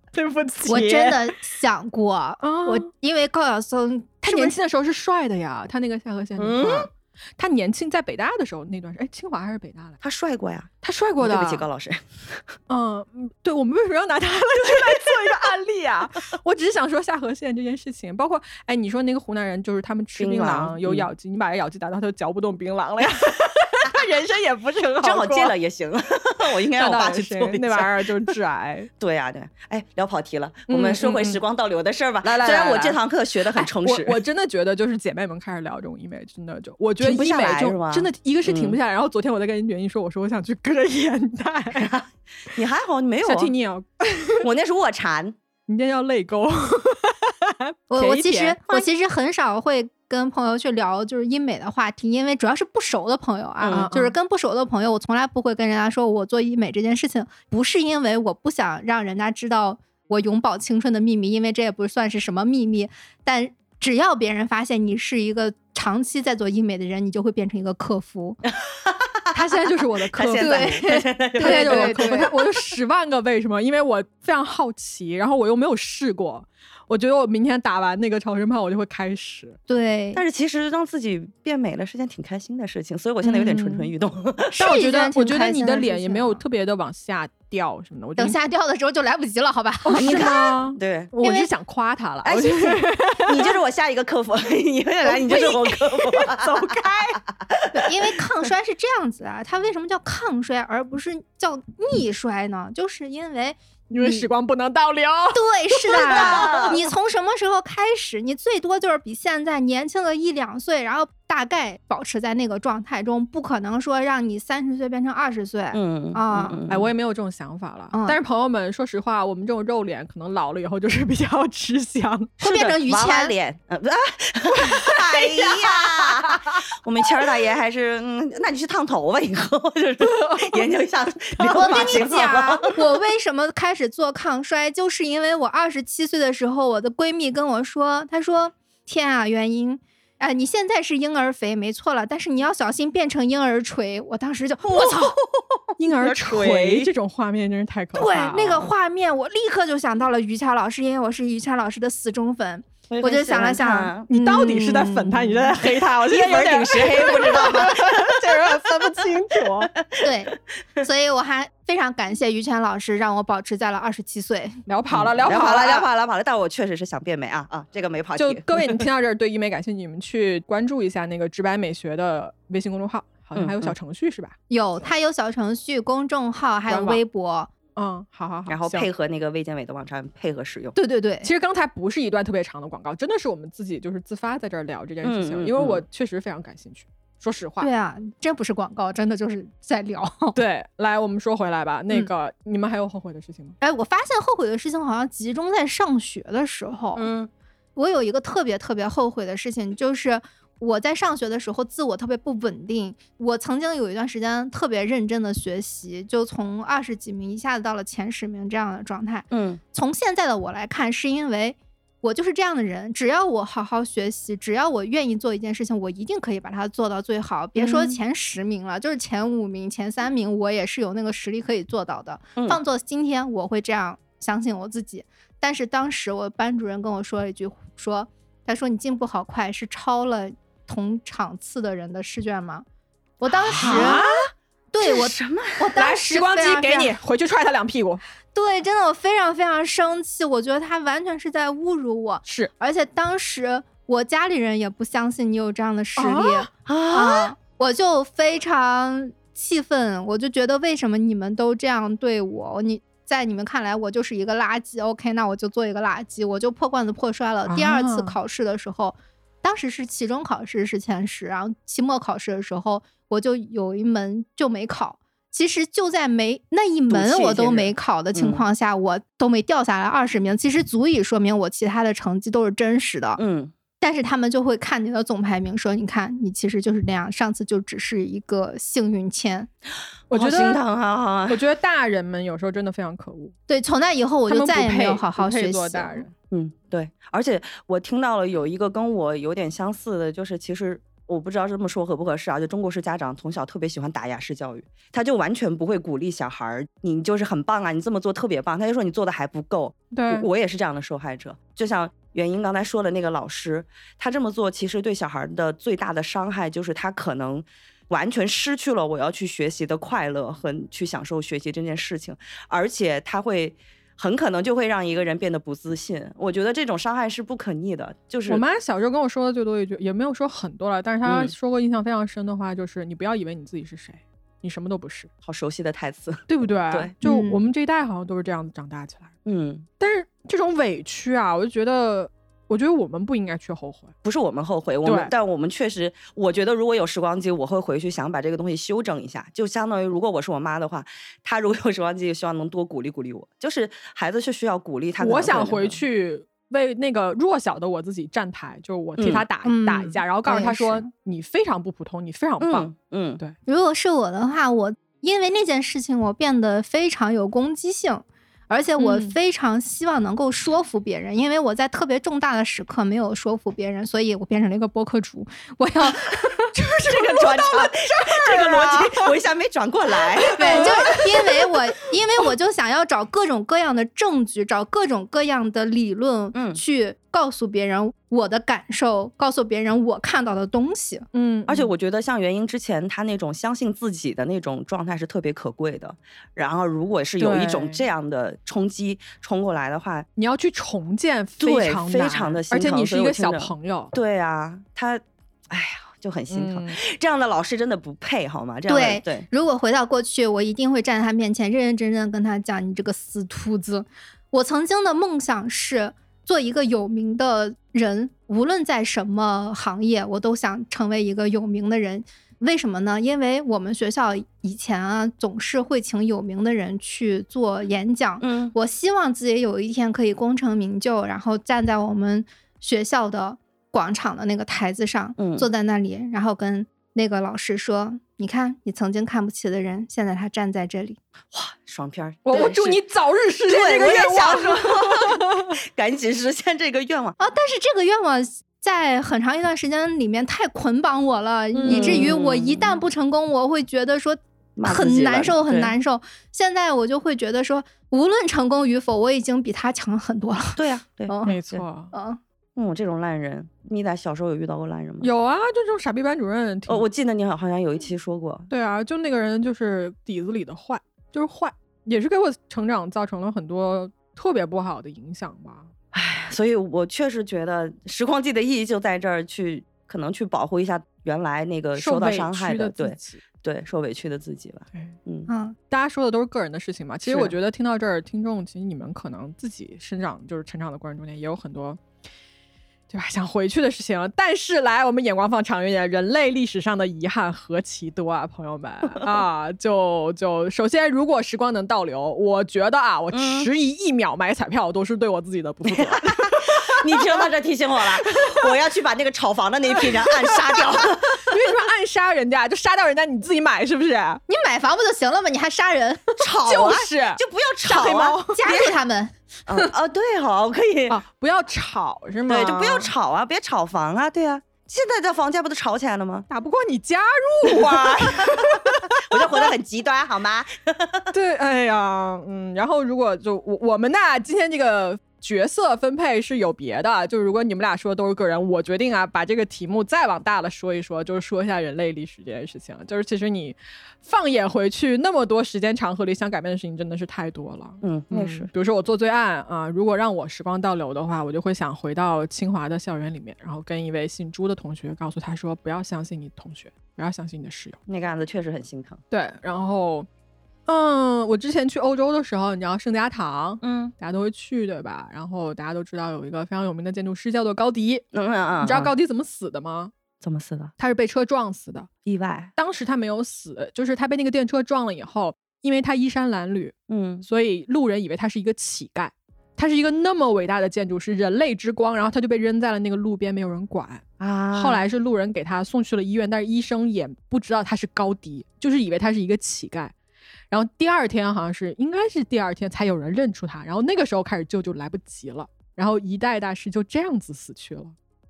对不起， 我真的想过，我因为高晓松他年轻的时候是帅的呀，他那个下颌线很帅。他年轻在北大的时候那段时间，清华还是北大来？ 他帅过呀， 他帅过的。 对不起高老师。 对，我们为什么要拿他来做一个案例啊？我只是想说下颌线这件事情，包括你说那个湖南人就是他们吃槟榔有咬肌，你把咬肌打到他就嚼不动槟榔了呀。他人生也不是很好过， 正好戒了也行。我应该让我爸去做一下， 那玩意儿就是致癌。 对呀，对。聊跑题了，我们说回时光倒流的事儿吧。来，虽然我这堂课学得很充实， 我真的觉得就是姐妹们开始聊这种医美，真的就我觉得医美就真的一个是停不下来。然后昨天我在跟袁一说，我说我想去割眼袋。 你还好，你没有。 小 T 你要， 我那是卧蚕， 你那叫泪沟。 我其实很少会跟朋友去聊就是医美的话题，因为主要是不熟的朋友啊，就是跟不熟的朋友，我从来不会跟人家说我做医美这件事情，不是因为我不想让人家知道我永葆青春的秘密，因为这也不算是什么秘密，但只要别人发现你是一个长期在做医美的人，你就会变成一个客服。他现在就是我的客服， 对， 他现在就是我的客服。我有10万个为什么，因为我非常好奇，然后我又没有试过。我觉得我明天打完那个超声炮，我就会开始。 对， 但是其实让自己变美了是件挺开心的事情，所以我现在有点蠢蠢欲动。 但我觉得你的脸也没有特别的往下掉什么的。我等下掉的时候就来不及了，好吧？ 你看，对， 我是想夸他了。 你就是我下一个客服，你未来你就是我客服，走开。因为抗衰是这样子啊，它为什么叫抗衰而不是叫逆衰呢？就是因为时光不能倒流。 对，是的。你从什么时候开始，你最多就是比现在年轻个1-2岁，然后大概保持在那个状态中，不可能说让你30岁变成20岁。 我也没有这种想法了。但是朋友们，说实话，我们这种肉脸可能老了以后就是比较吃香， 会变成于谦脸。哎呀，我们谦儿大爷还是那你去烫头发以后就是研究一下留发情况。 我为什么开始做抗衰，就是因为我27岁的时候，我的闺蜜跟我说，她说天啊，元英，你现在是婴儿肥没错了，但是你要小心变成婴儿垂。我当时就我操， 婴儿垂这种画面真是太可怕了。 对，那个画面我立刻就想到了于谦老师，因为我是于谦老师的死忠粉。我就想了想， 你到底是在粉他，你是在黑他？我现在一粉顶10黑，不知道吗？ 这人分不清楚。 对，所以我还非常感谢于谦老师，让我保持在了27岁。 聊跑了。 但我确实是想变美啊，这个没跑题。 就各位，你听到这儿对医美感兴趣，你们去关注一下那个直白美学的微信公众号，好像还有小程序是吧？ 有，它有小程序、公众号，还有微博。 好， 然后配合那个卫健委的网站配合使用。 对， 其实刚才不是一段特别长的广告，真的是我们自己就是自发在这儿聊这件事情，因为我确实非常感兴趣。说实话， 对啊，真不是广告，真的就是在聊。 对，来，我们说回来吧。那个，你们还有后悔的事情吗？ 我发现后悔的事情好像集中在上学的时候。我有一个特别特别后悔的事情，就是我在上学的时候自我特别不稳定。我曾经有一段时间特别认真的学习，就从20几名一下子到了前10名这样的状态。从现在的我来看，是因为我就是这样的人，只要我好好学习，只要我愿意做一件事情，我一定可以把它做到最好。别说前10名了，就是前5名、前3名，我也是有那个实力可以做到的。放做今天，我会这样相信我自己。但是当时我班主任跟我说了一句，他说你进步好快，是超了同场次的人的试卷吗？我当时对我什么？ 我当时时光机给你，回去踹他2屁股。 对，真的我非常非常生气，我觉得他完全是在侮辱我。 是， 而且当时我家里人也不相信你有这样的实力我就非常气愤，我就觉得为什么你们都这样对我？在你们看来我就是一个垃圾 ，OK， 那我就做一个垃圾，我就破罐子破摔了。第2次考试的时候，当时是期中考试是前10，然后期末考试的时候，我就有一门就没考。其实就在那一门我都没考的情况下，我都没掉下来20名，其实足以说明我其他的成绩都是真实的。但是他们就会看你的总排名，说你看你其实就是那样，上次就只是一个幸运签。 我觉得心疼啊！ 我觉得大人们有时候真的非常可恶。 对，从那以后我就再也没有好好学习。 做大人。 对，而且我听到了有一个跟我有点相似的，就是其实我不知道这么说合不合适啊，就中国式家长从小特别喜欢打压式教育，他就完全不会鼓励小孩你就是很棒啊，你这么做特别棒，他就说你做的还不够。 对， 我也是这样的受害者。就像元英刚才说的那个老师，他这么做其实对小孩的最大的伤害就是他可能完全失去了我要去学习的快乐和去享受学习这件事情，而且他会很可能就会让一个人变得不自信。我觉得这种伤害是不可逆的。就是我妈小时候跟我说的最多一句，也没有说很多了，但是她说过印象非常深的话，就是你不要以为你自己是谁，你什么都不是。 好熟悉的台词， 对不对？ 对， 就我们这一代好像都是这样子长大起来。但是这种委屈啊，我觉得我们不应该去后悔。 不是我们后悔，但我们确实，我觉得如果有时光机，我会回去想把这个东西修正一下。就相当于如果我是我妈的话，她如果有时光机，希望能多鼓励鼓励我。就是孩子是需要鼓励他。 我想回去为那个弱小的我自己站台，就是我替他打一架，然后告诉他说你非常不普通，你非常棒。对。 如果是我的话，我因为那件事情我变得非常有攻击性。而且我非常希望能够说服别人，因为我在特别重大的时刻没有说服别人，所以我变成了一个播客主。我要就是这个转场，这个逻辑我一下没转过来。 对，就是因为我就想要找各种各样的证据，找各种各样的理论，去告诉别人我的感受，告诉别人我看到的东西。 而且我觉得像元英之前他那种相信自己的那种状态是特别可贵的。然后如果是有一种这样的冲击冲过来的话， 你要去重建非常难， 非常的心疼。 而且你是一个小朋友。 对啊，他哎呀就很心疼。这样的老师真的不配好吗？这样对， 如果回到过去，我一定会站在他面前认认真真跟他讲，你这个死秃子。我曾经的梦想是做一个有名的人，无论在什么行业，我都想成为一个有名的人。为什么呢？因为我们学校以前啊，总是会请有名的人去做演讲。我希望自己有一天可以功成名就，然后站在我们学校的广场的那个台子上，坐在那里，然后跟那个老师说，你看你曾经看不起的人，现在他站在这里。 哇，爽片！ 我祝你早日实现这个愿望， 赶紧实现这个愿望啊！但是这个愿望在很长一段时间里面太捆绑我了，以至于我一旦不成功，我会觉得说很难受很难受。现在我就会觉得说，无论成功与否，我已经比他强很多了。 对啊，对， 没错。 这种烂人，你在小时候有遇到过烂人吗？ 有啊，就这种傻逼班主任。 我记得你好像有一期说过。 对啊，就那个人就是底子里的坏，就是坏，也是给我成长造成了很多特别不好的影响吧。 所以我确实觉得时光机的意义就在这儿，可能去保护一下原来那个受到伤害的对受委屈的自己吧。 大家说的都是个人的事情嘛。其实我觉得听到这儿，听众其实你们可能自己成长的过程中间也有很多对吧想回去的事情。但是来我们眼光放长远点，人类历史上的遗憾何其多啊，朋友们啊！就首先，如果时光能倒流，我觉得啊，我迟疑1秒买彩票都是对我自己的不负责。 你听到这提醒我了，我要去把那个炒房的那批人暗杀掉。 你为什么暗杀人家？就杀掉人家，你自己买是不是？ 你买房不就行了吗？你还杀人？ 炒啊！就不要炒啊！ 加入他们。 对，好，可以不要炒是吗？ 对，就不要炒啊，别炒房啊，对啊。现在的房价不都炒起来了吗？ 打不过你加入啊！ 我就活得很极端，好吗？ 对，哎呀，然后如果就我们呢，今天这个角色分配是有别的，就是如果你们俩说的都是个人，我决定啊把这个题目再往大了说一说，就是说一下人类历史这件事情。就是其实你放眼回去，那么多时间长河里想改变的事情真的是太多了。 那是。 比如说我做罪案啊，如果让我时光倒流的话，我就会想回到清华的校园里面，然后跟一位姓朱的同学告诉他说，不要相信你的同学，不要相信你的室友。 那个案子确实很心疼。 对，然后我之前去欧洲的时候，你知道圣家堂，大家都会去，对吧？然后大家都知道有一个非常有名的建筑师叫做高迪。你知道高迪怎么死的吗？ 怎么死的？ 他是被车撞死的， 意外。 当时他没有死，就是他被那个电车撞了以后，因为他衣衫褴褛，所以路人以为他是一个乞丐。他是一个那么伟大的建筑师，人类之光，然后他就被扔在了那个路边，没有人管啊。后来是路人给他送去了医院，但是医生也不知道他是高迪，就是以为他是一个乞丐。然后第二天应该是第二天才有人认出他，然后那个时候开始救就来不及了，然后一代大师就这样子死去了。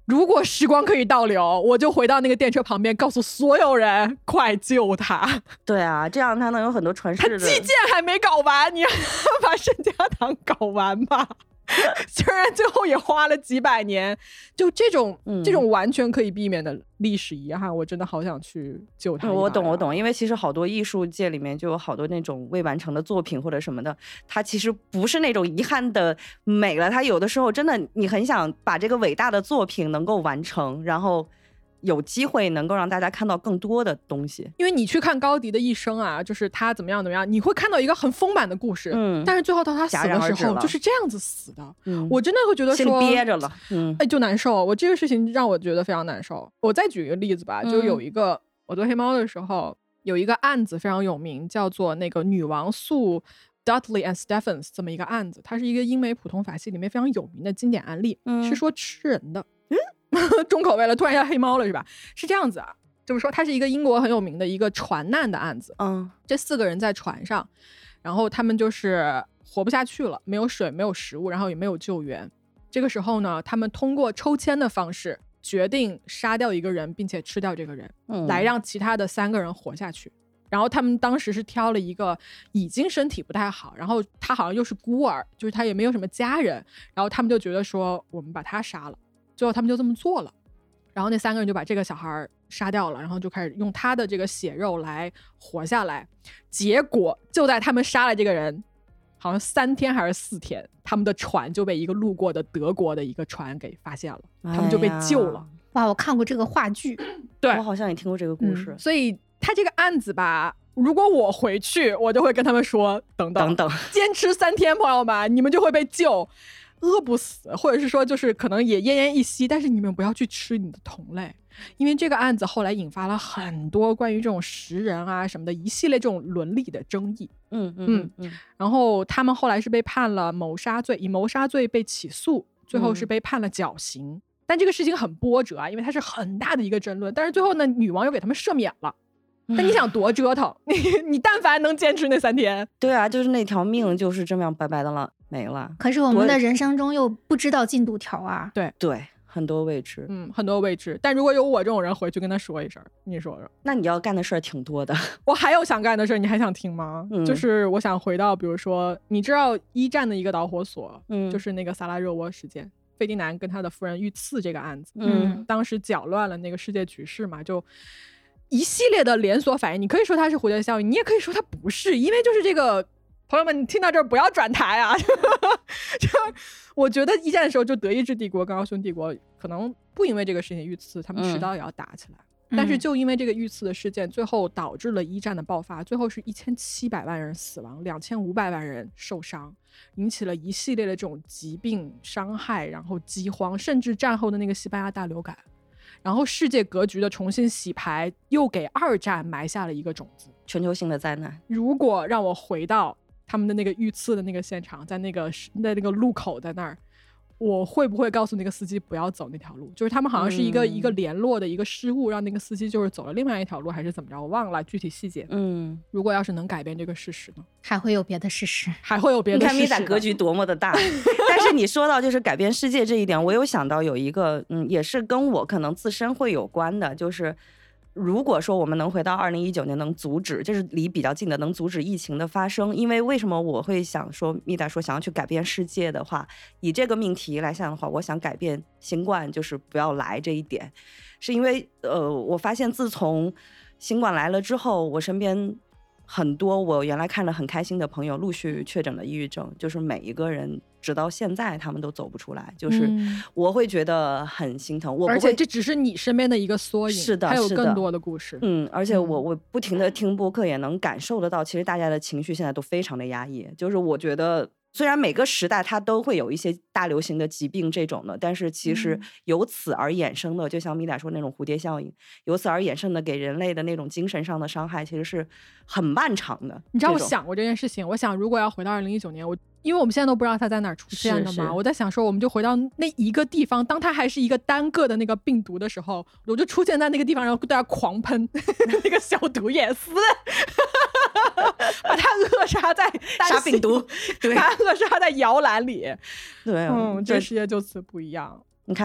如果时光可以倒流，我就回到那个电车旁边，告诉所有人快救他。 对啊，这样他能有很多传世的。 他基建还没搞完，你让他把圣家堂搞完吧。虽然最后也花了几百年，就这种完全可以避免的历史遗憾，我真的好想去救他。 我懂，因为其实好多艺术界里面就有好多那种未完成的作品或者什么的，它其实不是那种遗憾的美了，它有的时候真的你很想把这个伟大的作品能够完成，然后有机会能够让大家看到更多的东西。 因为你去看高迪的一生啊，就是他怎么样，你会看到一个很丰满的故事，但是最后到他死的时候就是这样子死的，我真的会觉得说心里憋着了， 就难受。我这个事情让我觉得非常难受。我再举一个例子吧，就有一个我做黑猫的时候，有一个案子非常有名，叫做那个女王诉 Dudley and Stephens 这么一个案子，它是一个英美普通法系里面非常有名的经典案例，是说吃人的。重口味了，突然一下黑猫了是吧？是这样子啊，就是说它是一个英国很有名的一个船难的案子。这4个人在船上，然后他们就是活不下去了，没有水，没有食物，然后也没有救援。这个时候呢，他们通过抽签的方式决定杀掉一个人，并且吃掉这个人，来让其他的3个人活下去。然后他们当时是挑了一个已经身体不太好，然后他好像又是孤儿，就是他也没有什么家人，然后他们就觉得说我们把他杀了。最后他们就这么做了，然后那3个人就把这个小孩杀掉了，然后就开始用他的这个血肉来活下来。结果就在他们杀了这个人好像3天还是4天，他们的船就被一个路过的德国的一个船给发现了，他们就被救了。 哇，我看过这个话剧， 对， 我好像也听过这个故事。 所以他这个案子吧，如果我回去，我就会跟他们说等等，坚持3天，朋友们，你们就会被救。饿不死，或者是说就是可能也奄奄一息，但是你们不要去吃你的同类，因为这个案子后来引发了很多关于这种食人啊什么的一系列这种伦理的争议。然后他们后来是被判了谋杀罪，以谋杀罪被起诉，最后是被判了绞刑。但这个事情很波折啊，因为它是很大的一个争论。但是最后呢，女王又给他们赦免了。但你想多折腾，你但凡能坚持那3天， 对啊，就是那条命就是这么样白白的了，没了。 可是我们的人生中又不知道进度条啊。 对， 很多未知， 很多未知。但如果有我这种人回去跟他说一声，你说说， 那你要干的事儿挺多的。 我还有想干的事儿，你还想听吗？就是我想回到，比如说，你知道1战的一个导火索，就是那个萨拉热窝事件，费迪南跟他的夫人遇刺这个案子，当时搅乱了那个世界局势嘛，就。一系列的连锁反应，你可以说它是蝴蝶效应，你也可以说它不是，因为就是这个朋友们，你听到这儿不要转台啊！就我觉得1战的时候，就德意志帝国跟奥匈帝国可能不因为这个事情遇刺，他们迟早也要打起来。但是就因为这个遇刺的事件，最后导致了1战的爆发，最后是1700万人死亡，2500万人受伤，引起了一系列的这种疾病伤害，然后饥荒，甚至战后的那个西班牙大流感。然后世界格局的重新洗牌又给2战埋下了一个种子， 全球性的灾难。 如果让我回到他们的那个遇刺的那个现场，在那个路口在那儿，我会不会告诉那个司机不要走那条路？就是他们好像是一个联络的一个失误，让那个司机就是走了另外一条路，还是怎么着？我忘了具体细节。如果要是能改变这个事实呢？ 还会有别的事实， 还会有别的事实。 你看米仔格局多么的大。但是你说到就是改变世界这一点，我有想到有一个也是跟我可能自身会有关的，就是如果说我们能回到2019年能阻止，就是离比较近的能阻止疫情的发生。因为为什么我会想说米达说想要去改变世界的话，以这个命题来想的话，我想改变新冠就是不要来这一点，是因为我发现自从新冠来了之后，我身边很多我原来看着很开心的朋友陆续确诊了抑郁症，就是每一个人直到现在他们都走不出来，就是我会觉得很心疼。 而且这只是你身边的一个缩影， 是的， 还有更多的故事。 而且我不停的听播客也能感受得到，其实大家的情绪现在都非常的压抑。就是我觉得虽然每个时代它都会有一些大流行的疾病这种的，但是其实由此而衍生的，就像米达说那种蝴蝶效应，由此而衍生的给人类的那种精神上的伤害，其实是很漫长的。 你知道我想过这件事情，我想如果要回到2019年，因为我们现在都不知道它在哪儿出现的嘛，我在想说我们就回到那一个地方，当它还是一个单个的那个病毒的时候，我就出现在那个地方，然后对它狂喷那个消毒液死把它扼杀在杀病毒，对， 把它扼杀在摇篮里。 对， 这世界就此不一样。 你看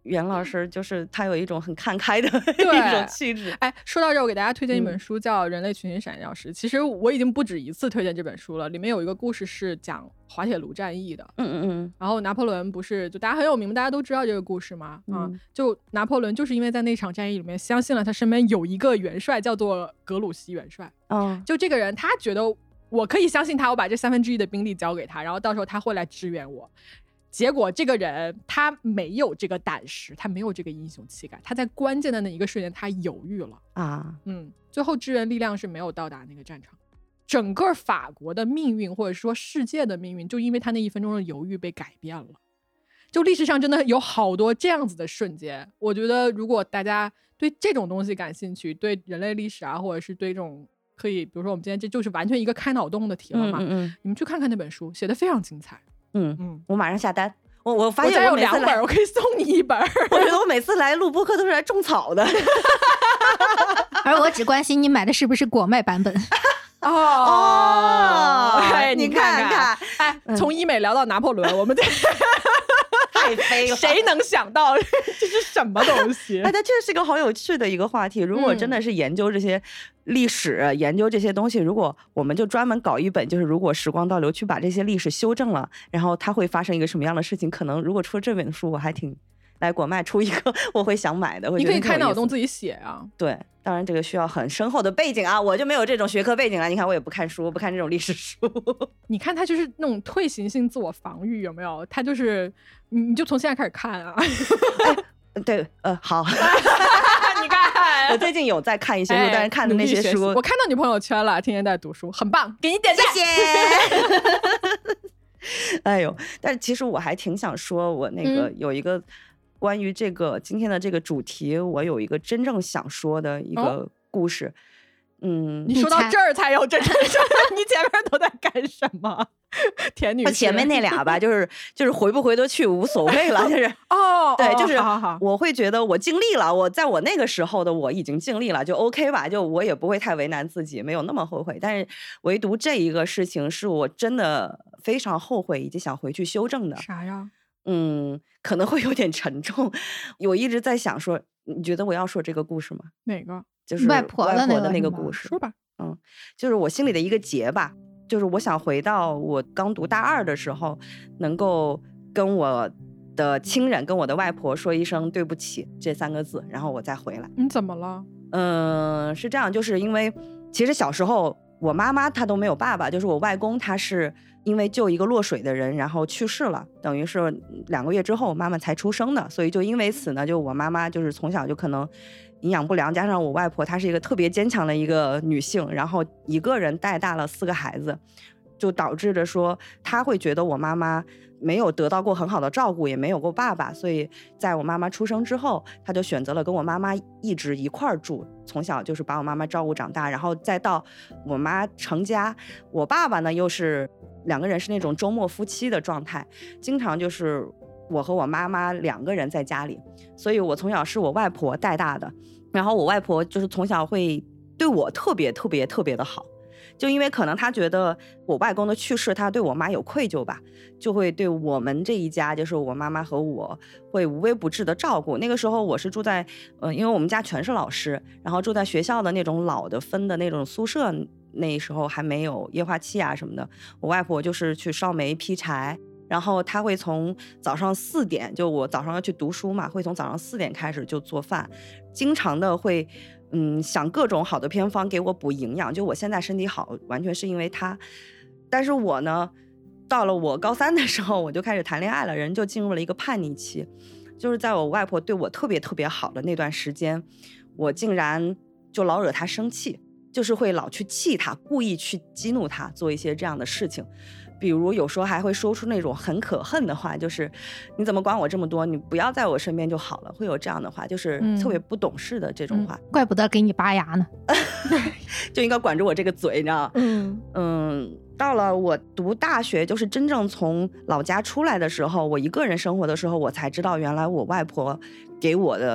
袁老师就是他有一种很看开的一种气质。 哎，说到这儿，我给大家推荐一本书，叫《人类群星闪耀时》。其实我已经不止一次推荐这本书了，里面有一个故事是讲滑铁卢战役的。然后拿破仑不是就大家很有名，大家都知道这个故事吗？就拿破仑就是因为在那场战役里面相信了他身边有一个元帅叫做格鲁希元帅。就这个人他觉得我可以相信他，我把这1/3的兵力交给他，然后到时候他会来支援我。结果这个人他没有这个胆识，他没有这个英雄气概，他在关键的那一个瞬间他犹豫了啊。最后支援力量是没有到达那个战场，整个法国的命运或者说世界的命运就因为他那1分钟的犹豫被改变了。就历史上真的有好多这样子的瞬间，我觉得如果大家对这种东西感兴趣，对人类历史啊，或者是对这种可以比如说我们今天这就是完全一个开脑洞的题了嘛，你们去看看那本书，写得非常精彩。 我马上下单。我发现我有2本，我可以送你1本。 我觉得我每次来录播客都是来种草的。 而我只关心你买的是不是果麦版本。 你看看， 哎，从医美聊到拿破仑，我们太飞了， 谁能想到这是什么东西？ 它确实是一个好有趣的一个话题。如果真的是研究这些历史，研究这些东西，如果我们就专门搞一本，就是如果时光倒流去把这些历史修正了，然后它会发生一个什么样的事情？可能如果出了这本书，我还挺来果麦出一个，我会想买的。 你可以开脑洞自己写啊。 对，当然这个需要很深厚的背景啊，我就没有这种学科背景了。你看我也不看书，不看这种历史书。 你看他就是那种退行性自我防御，有没有？他就是你就从现在开始看啊。 对，好。 你看， 我最近有在看一些书，但是看的那些书， 我看到你朋友圈了，天天在读书，很棒，给你点赞， 谢谢。哎呦，但是其实我还挺想说，我那个有一个关于这个今天的这个主题，我有一个真正想说的一个故事。 你说到这儿才有真正说，你前面都在干什么？田女士， 前面那俩吧，就是回不回得去无所谓了，就是对，就是我会觉得我尽力了，我在我那个时候的我已经尽力了，就 OK 吧，就我也不会太为难自己，没有那么后悔。但是唯独这一个事情是我真的非常后悔以及想回去修正的。 啥呀？ 可能会有点沉重。我一直在想说，你觉得我要说这个故事吗？ 哪个？ 就是外婆的那个故事。 说吧。 就是我心里的一个结吧。就是我想回到我刚读大2的时候，能够跟我的亲人，跟我的外婆说一声对不起这3个字，然后我再回来。 你怎么了？ 是这样，就是因为其实小时候我妈妈她都没有爸爸，就是我外公他是因为救一个落水的人然后去世了，等于是2个月之后妈妈才出生的，所以就因为此呢，就我妈妈就是从小就可能营养不良，加上我外婆她是一个特别坚强的一个女性，然后一个人带大了4个孩子，就导致着说她会觉得我妈妈没有得到过很好的照顾，也没有过爸爸，所以在我妈妈出生之后，她就选择了跟我妈妈一直一块儿住，从小就是把我妈妈照顾长大，然后再到我妈成家，我爸爸呢又是2个人是那种周末夫妻的状态，经常就是我和我妈妈2个人在家里，所以我从小是我外婆带大的，然后我外婆就是从小会对我特别特别特别的好，就因为可能她觉得我外公的去世，她对我妈有愧疚吧，就会对我们这一家，就是我妈妈和我会无微不至的照顾。那个时候我是住在因为我们家全是老师，然后住在学校的那种老的分的那种宿舍，那时候还没有液化气啊什么的，我外婆就是去烧煤劈柴，然后她会从早上4点，就我早上要去读书嘛，会从早上4点开始就做饭，经常的会想各种好的偏方给我补营养，就我现在身体好完全是因为她。但是我呢到了我高3的时候，我就开始谈恋爱了，人就进入了一个叛逆期，就是在我外婆对我特别特别好的那段时间，我竟然就老惹她生气，就是会老去气她，故意去激怒她，做一些这样的事情。比如有时候还会说出那种很可恨的话，就是你怎么管我这么多，你不要在我身边就好了，会有这样的话，就是特别不懂事的这种话。 怪不得给你拔牙呢。 就应该管住我这个嘴，你知道吗？到了我读大学，就是真正从老家出来的时候，我一个人生活的时候，我才知道原来我外婆给我的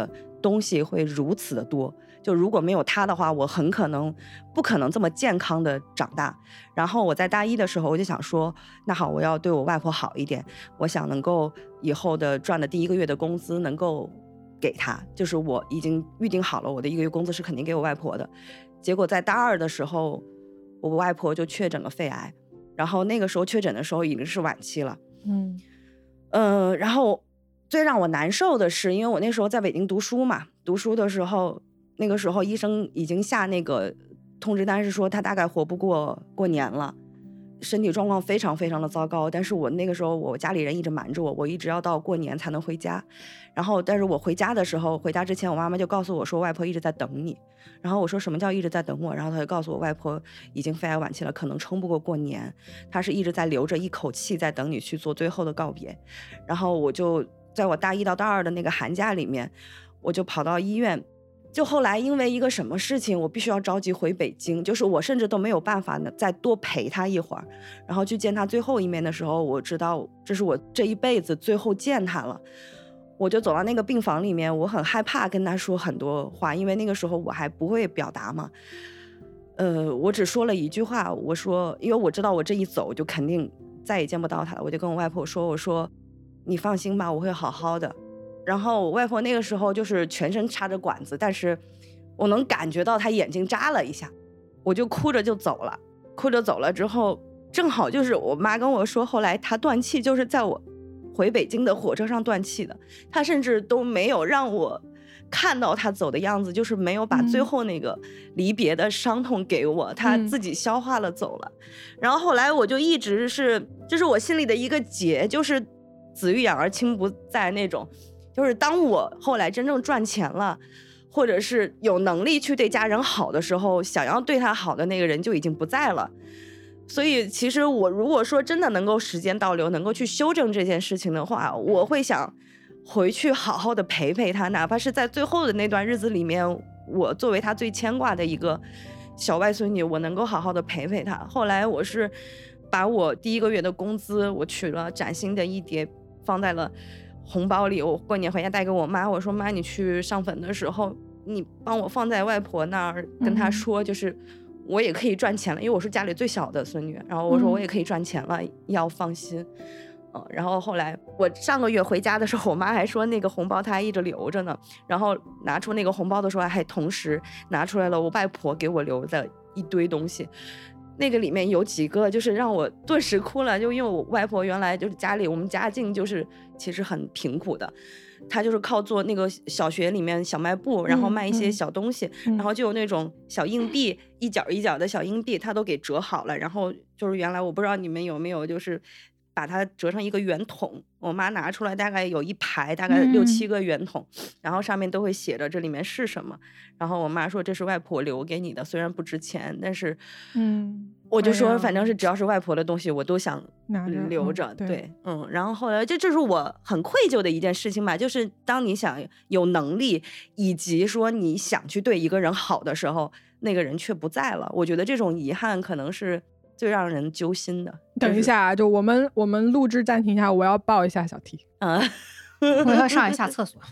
东西会如此的多，就如果没有他的话，我很可能不可能这么健康的长大。然后我在大一的时候，我就想说，那好，我要对我外婆好一点，我想能够以后的赚的第1个月的工资能够给她，就是我已经预定好了，我的1个月工资是肯定给我外婆的。结果在大2的时候，我外婆就确诊了肺癌，然后那个时候确诊的时候已经是晚期了。然后最让我难受的是，因为我那时候在北京读书嘛，读书的时候，那个时候医生已经下那个通知单，是说他大概活不过年了，身体状况非常非常的糟糕。但是我那个时候我家里人一直瞒着我，我一直要到过年才能回家。然后但是我回家的时候，回家之前我妈妈就告诉我说，外婆一直在等你。然后我说什么叫一直在等我？然后她就告诉我，外婆已经肺癌晚期了，可能撑不过年，她是一直在留着一口气在等你去做最后的告别。然后我就在我大1到大2的那个寒假里面，我就跑到医院。就后来因为一个什么事情，我必须要着急回北京，就是我甚至都没有办法再多陪他一会儿。然后去见他最后一面的时候，我知道这是我这一辈子最后见他了。我就走到那个病房里面，我很害怕跟他说很多话，因为那个时候我还不会表达嘛。我只说了一句话，我说，因为我知道我这一走就肯定再也见不到他了，我就跟我外婆说，我说你放心吧，我会好好的。然后我外婆那个时候就是全身插着管子，但是我能感觉到她眼睛眨了一下，我就哭着就走了。哭着走了之后，正好就是我妈跟我说，后来她断气就是在我回北京的火车上断气的，她甚至都没有让我看到她走的样子，就是没有把最后那个离别的伤痛给我，她自己消化了走了。然后后来我就一直是，就是我心里的一个结，就是子欲养而亲不在那种。就是当我后来真正赚钱了，或者是有能力去对家人好的时候，想要对他好的那个人就已经不在了。所以其实我如果说真的能够时间倒流，能够去修正这件事情的话，我会想回去好好的陪陪他，哪怕是在最后的那段日子里面，我作为他最牵挂的一个小外孙女，我能够好好的陪陪他。后来我是把我第1个月的工资，我取了崭新的一叠放在了红包里，我过年回家带给我妈，我说妈，你去上坟的时候，你帮我放在外婆那儿，跟她说，就是我也可以赚钱了，因为我是家里最小的孙女，然后我说我也可以赚钱了，要放心。然后后来我上个月回家的时候，我妈还说那个红包她还一直留着呢，然后拿出那个红包的时候，还同时拿出来了我外婆给我留的一堆东西。那个里面有几个就是让我顿时哭了，就因为我外婆原来就是家里我们家境就是其实很贫苦的，她就是靠做那个小学里面小卖部，然后卖一些小东西，然后就有那种小硬币，一角一角的小硬币，她都给折好了，然后就是原来我不知道你们有没有就是把它折成一个圆筒，我妈拿出来大概有一排大概6、7个圆筒，然后上面都会写着这里面是什么，然后我妈说这是外婆留给你的，虽然不值钱，但是我就说反正是只要是外婆的东西我都想留着，对，然后后来这是我很愧疚的一件事情吧，就是当你想有能力以及说你想去对一个人好的时候，那个人却不在了，我觉得这种遗憾可能是最让人揪心的。 等一下，就我们录制暂停一下，我要抱一下小 T。 我要上一下厕所。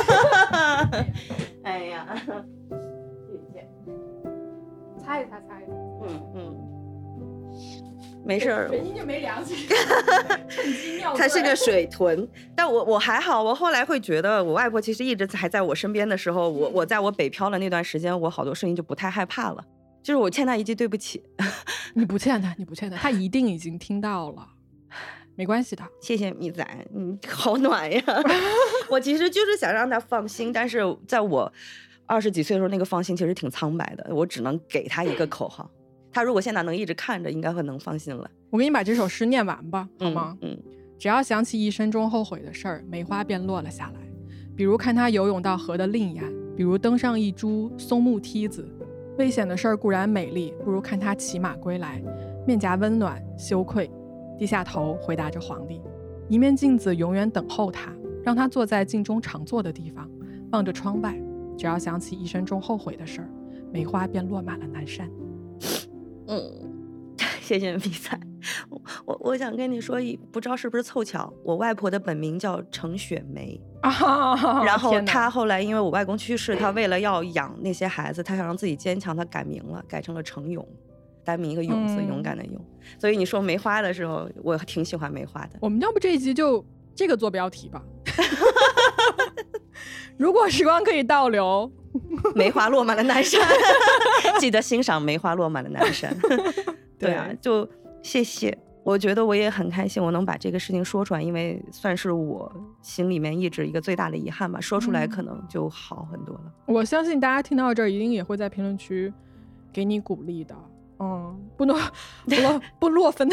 哎呀， 擦一擦，擦一擦。 没事儿， 本身就没良心，趁机尿。 他是个水豚，但我还好，我后来会觉得我外婆其实一直还在我身边的时候，我在我北漂的那段时间，我好多事情就不太害怕了。就是我欠他一句对不起。 你不欠他，他一定已经听到了，没关系的。 谢谢米仔，你好暖呀。我其实就是想让他放心，但是在我20几岁的时候，那个放心其实挺苍白的，我只能给他一个口号。他如果现在能一直看着，应该会能放心了。 我给你把这首诗念完吧，好吗？只要想起一生中后悔的事儿，梅花便落了下来。比如看他游泳到河的另岸，比如登上一株松木梯子。危险的事儿固然美丽，不如看他骑马归来，面颊温暖，羞愧，低下头回答着皇帝。一面镜子永远等候他，让他坐在镜中常坐的地方，望着窗外。只要想起一生中后悔的事儿，梅花便落满了南山。 谢谢米仔。 我想跟你说，不知道是不是凑巧，我外婆的本名叫程雪梅然后她后来因为我外公去世，她为了要养那些孩子，她想让自己坚强，她改名了，改成了程勇，单名一个勇字，勇敢的勇。所以你说梅花的时候，我挺喜欢梅花的。 我们要不这一集就这个做标题吧。如果时光可以倒流， 梅花落满了南山。记得欣赏梅花落满了南山。对啊，就谢谢。我觉得我也很开心，我能把这个事情说出来，因为算是我心里面一直一个最大的遗憾吧。说出来可能就好很多了。 我相信大家听到这儿，一定也会在评论区给你鼓励的。不落分的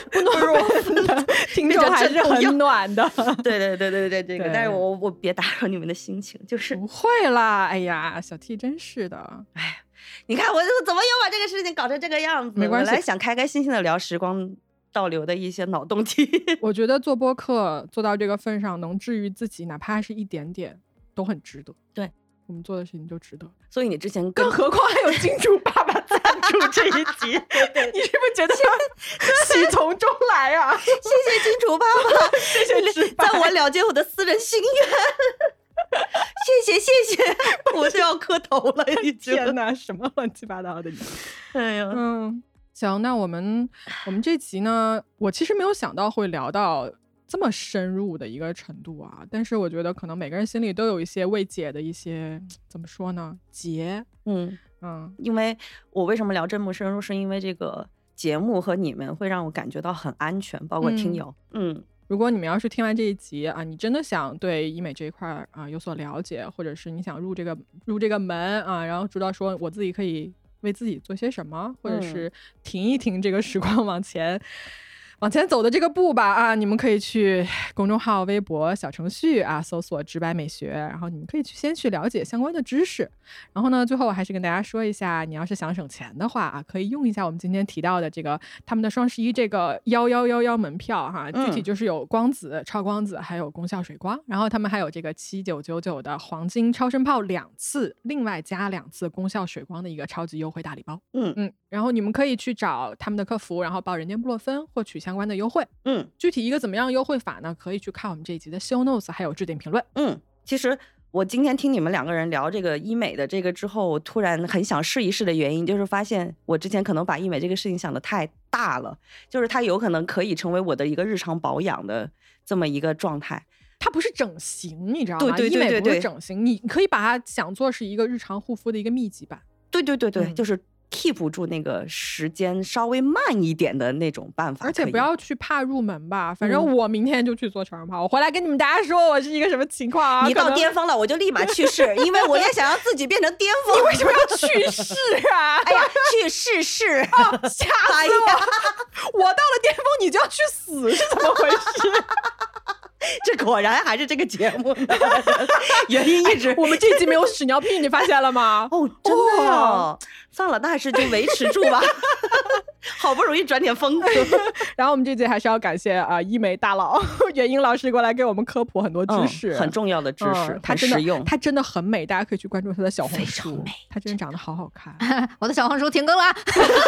听众还是很暖的。 对，这个，但是我别打扰你们的心情，就是不会啦。哎呀，小 T 真是的， 哎，你看我怎么又把这个事情搞成这个样子？ 没关系， 本来想开开心心的聊时光倒流的一些脑洞题。 我觉得做播客做到这个份上，能治愈自己，哪怕是一点点，都很值得。 对。 我们做的事情就值得， 所以你之前更何况还有金主爸爸赞助这一集，你是不是觉得喜从中来啊？ 谢谢金主爸爸， 谢谢在我了结我的私人心愿。谢谢，我就要磕头了，已经。 天哪，什么乱七八糟的你！ 哎呀， 行，那我们这集呢，我其实没有想到会聊到这么深入的一个程度啊，但是我觉得可能每个人心里都有一些未解的一些怎么说呢结。 因为我为什么聊这么深入，是因为这个节目和你们会让我感觉到很安全，包括听友。 如果你们要是听完这一集啊，你真的想对医美这一块啊有所了解，或者是你想入这个门啊，然后知道说我自己可以为自己做些什么，或者是停一停这个时光往前走的这个步吧啊！你们可以去公众号、微博、小程序啊，搜索直白美学，然后你们可以先去了解相关的知识。然后呢，最后我还是跟大家说一下，你要是想省钱的话啊，可以用一下我们今天提到的这个他们的双11这个1111门票哈，具体就是有光子、超光子，还有功效水光，然后他们还有这个7999的黄金超声炮2次，另外加2次功效水光的一个超级优惠大礼包。然后你们可以去找他们的客服，然后报人间布洛芬获取相关的优惠。具体一个怎么样优惠法呢？可以去看我们这一集的 show notes 还有置顶评论。 其实我今天听你们两个人聊这个医美的这个之后，我突然很想试一试的原因，就是发现我之前可能把医美这个事情想得太大了，就是它有可能可以成为我的一个日常保养的这么一个状态。 它不是整形，你知道吗？ 对， 医美不是整形，你可以把它想做是一个日常护肤的一个秘籍版。 对，就是keep 住那个时间稍微慢一点的那种办法， 而且不要去怕入门吧。反正我明天就去做超声炮，我回来跟你们大家说我是一个什么情况啊。 你到巅峰了，我就立马去试，因为我也想让自己变成巅峰。 你为什么要去试啊？ 哎呀，去试试吓死我！我到了巅峰，你就要去死，是怎么回事？ 这果然还是这个节目原因一直我们这集没有屎尿屁，你发现了吗？ 真的呀。算了，那还是就维持住吧。好不容易转点风格。 然后我们这集还是要感谢医美大佬袁英老师过来给我们科普很多知识， 很重要的知识，很实用。 她真的很美，大家可以去关注她的小红书，她真的长得好好看。 我的小红书停更了。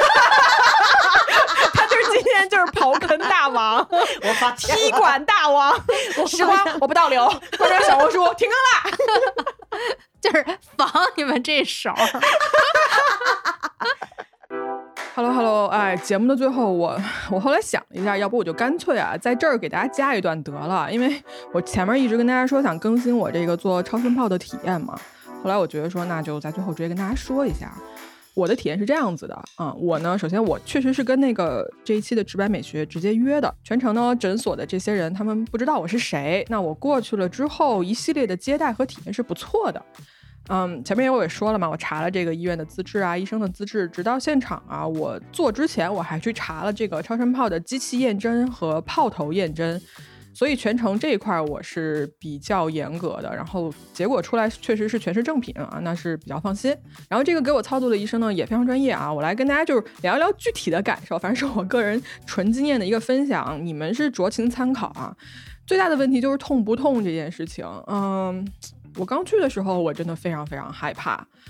他就是今天就是刨坑大王， 我发踢馆大王，时光我不倒流，关注小红书停更啦。 就是防你们这手。 Hello， 哎，节目的最后我后来想了一下，要不我就干脆在这儿给大家加一段得了，因为我前面一直跟大家说想更新我这个做超声炮的体验嘛，后来我觉得说那就在最后直接跟大家说一下。我的体验是这样子的我呢，首先我确实是跟那个这一期的直白美学直接约的，全程呢诊所的这些人他们不知道我是谁，那我过去了之后一系列的接待和体验是不错的。前面我也说了嘛，我查了这个医院的资质医生的资质，直到现场我做之前我还去查了这个超声炮的机器验针和炮头验针，所以全程这一块我是比较严格的，然后结果出来确实是全是正品那是比较放心。然后这个给我操作的医生呢也非常专业我来跟大家就是聊一聊具体的感受，反正是我个人纯经验的一个分享，你们是酌情参考最大的问题就是痛不痛这件事情。我刚去的时候我真的非常非常害怕，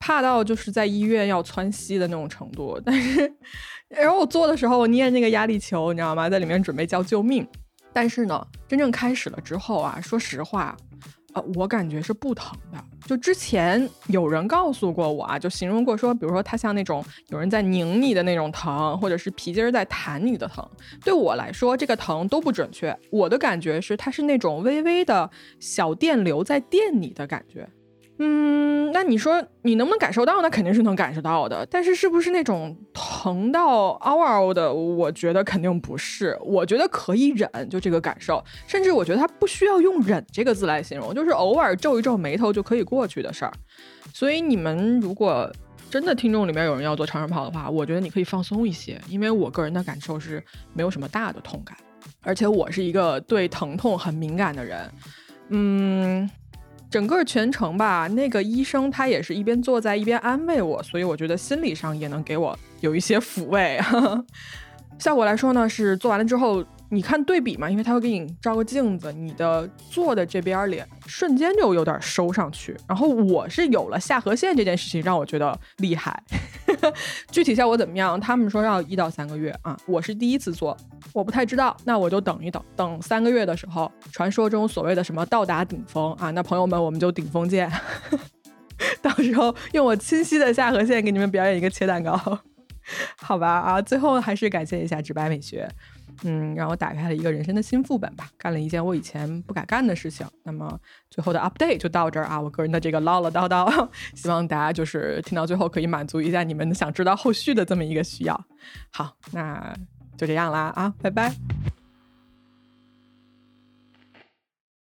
怕到就是在医院要窜稀的那种程度。但是然后我做的时候我捏那个压力球你知道吗，在里面准备叫救命。但是呢真正开始了之后啊，说实话我感觉是不疼的。就之前有人告诉过我啊，就形容过说，比如说它像那种有人在拧你的那种疼，或者是皮筋在弹你的疼。对我来说这个疼都不准确，我的感觉是它是那种微微的小电流在电你的感觉。那你说你能不能感受到？那肯定是能感受到的，但是是不是那种疼到嗷嗷的？我觉得肯定不是。我觉得可以忍，就这个感受，甚至我觉得它不需要用忍这个字来形容，就是偶尔皱一皱眉头就可以过去的事儿。所以你们如果真的听众里面有人要做长程跑的话，我觉得你可以放松一些，因为我个人的感受是没有什么大的痛感，而且我是一个对疼痛很敏感的人。整个全程吧，那个医生他也是一边坐在一边安慰我，所以我觉得心理上也能给我有一些抚慰。效果来说呢，是做完了之后你看对比嘛，因为他会给你照个镜子，你的坐的这边脸瞬间就有点收上去。然后我是有了下颌线这件事情让我觉得厉害。具体效果怎么样，他们说要1到3个月啊，我是第一次做，我不太知道，那我就等一等，等3个月的时候，传说中所谓的什么到达顶峰啊，那朋友们我们就顶峰见。到时候用我清晰的下颌线给你们表演一个切蛋糕。好吧啊，最后还是感谢一下直白美学，让我打开了一个人生的新副本吧，干了一件我以前不敢干的事情。那么最后的 update 就到这儿啊，我个人的这个唠唠叨叨，希望大家就是听到最后可以满足一下你们想知道后续的这么一个需要。好，那就这样啦啊，拜拜。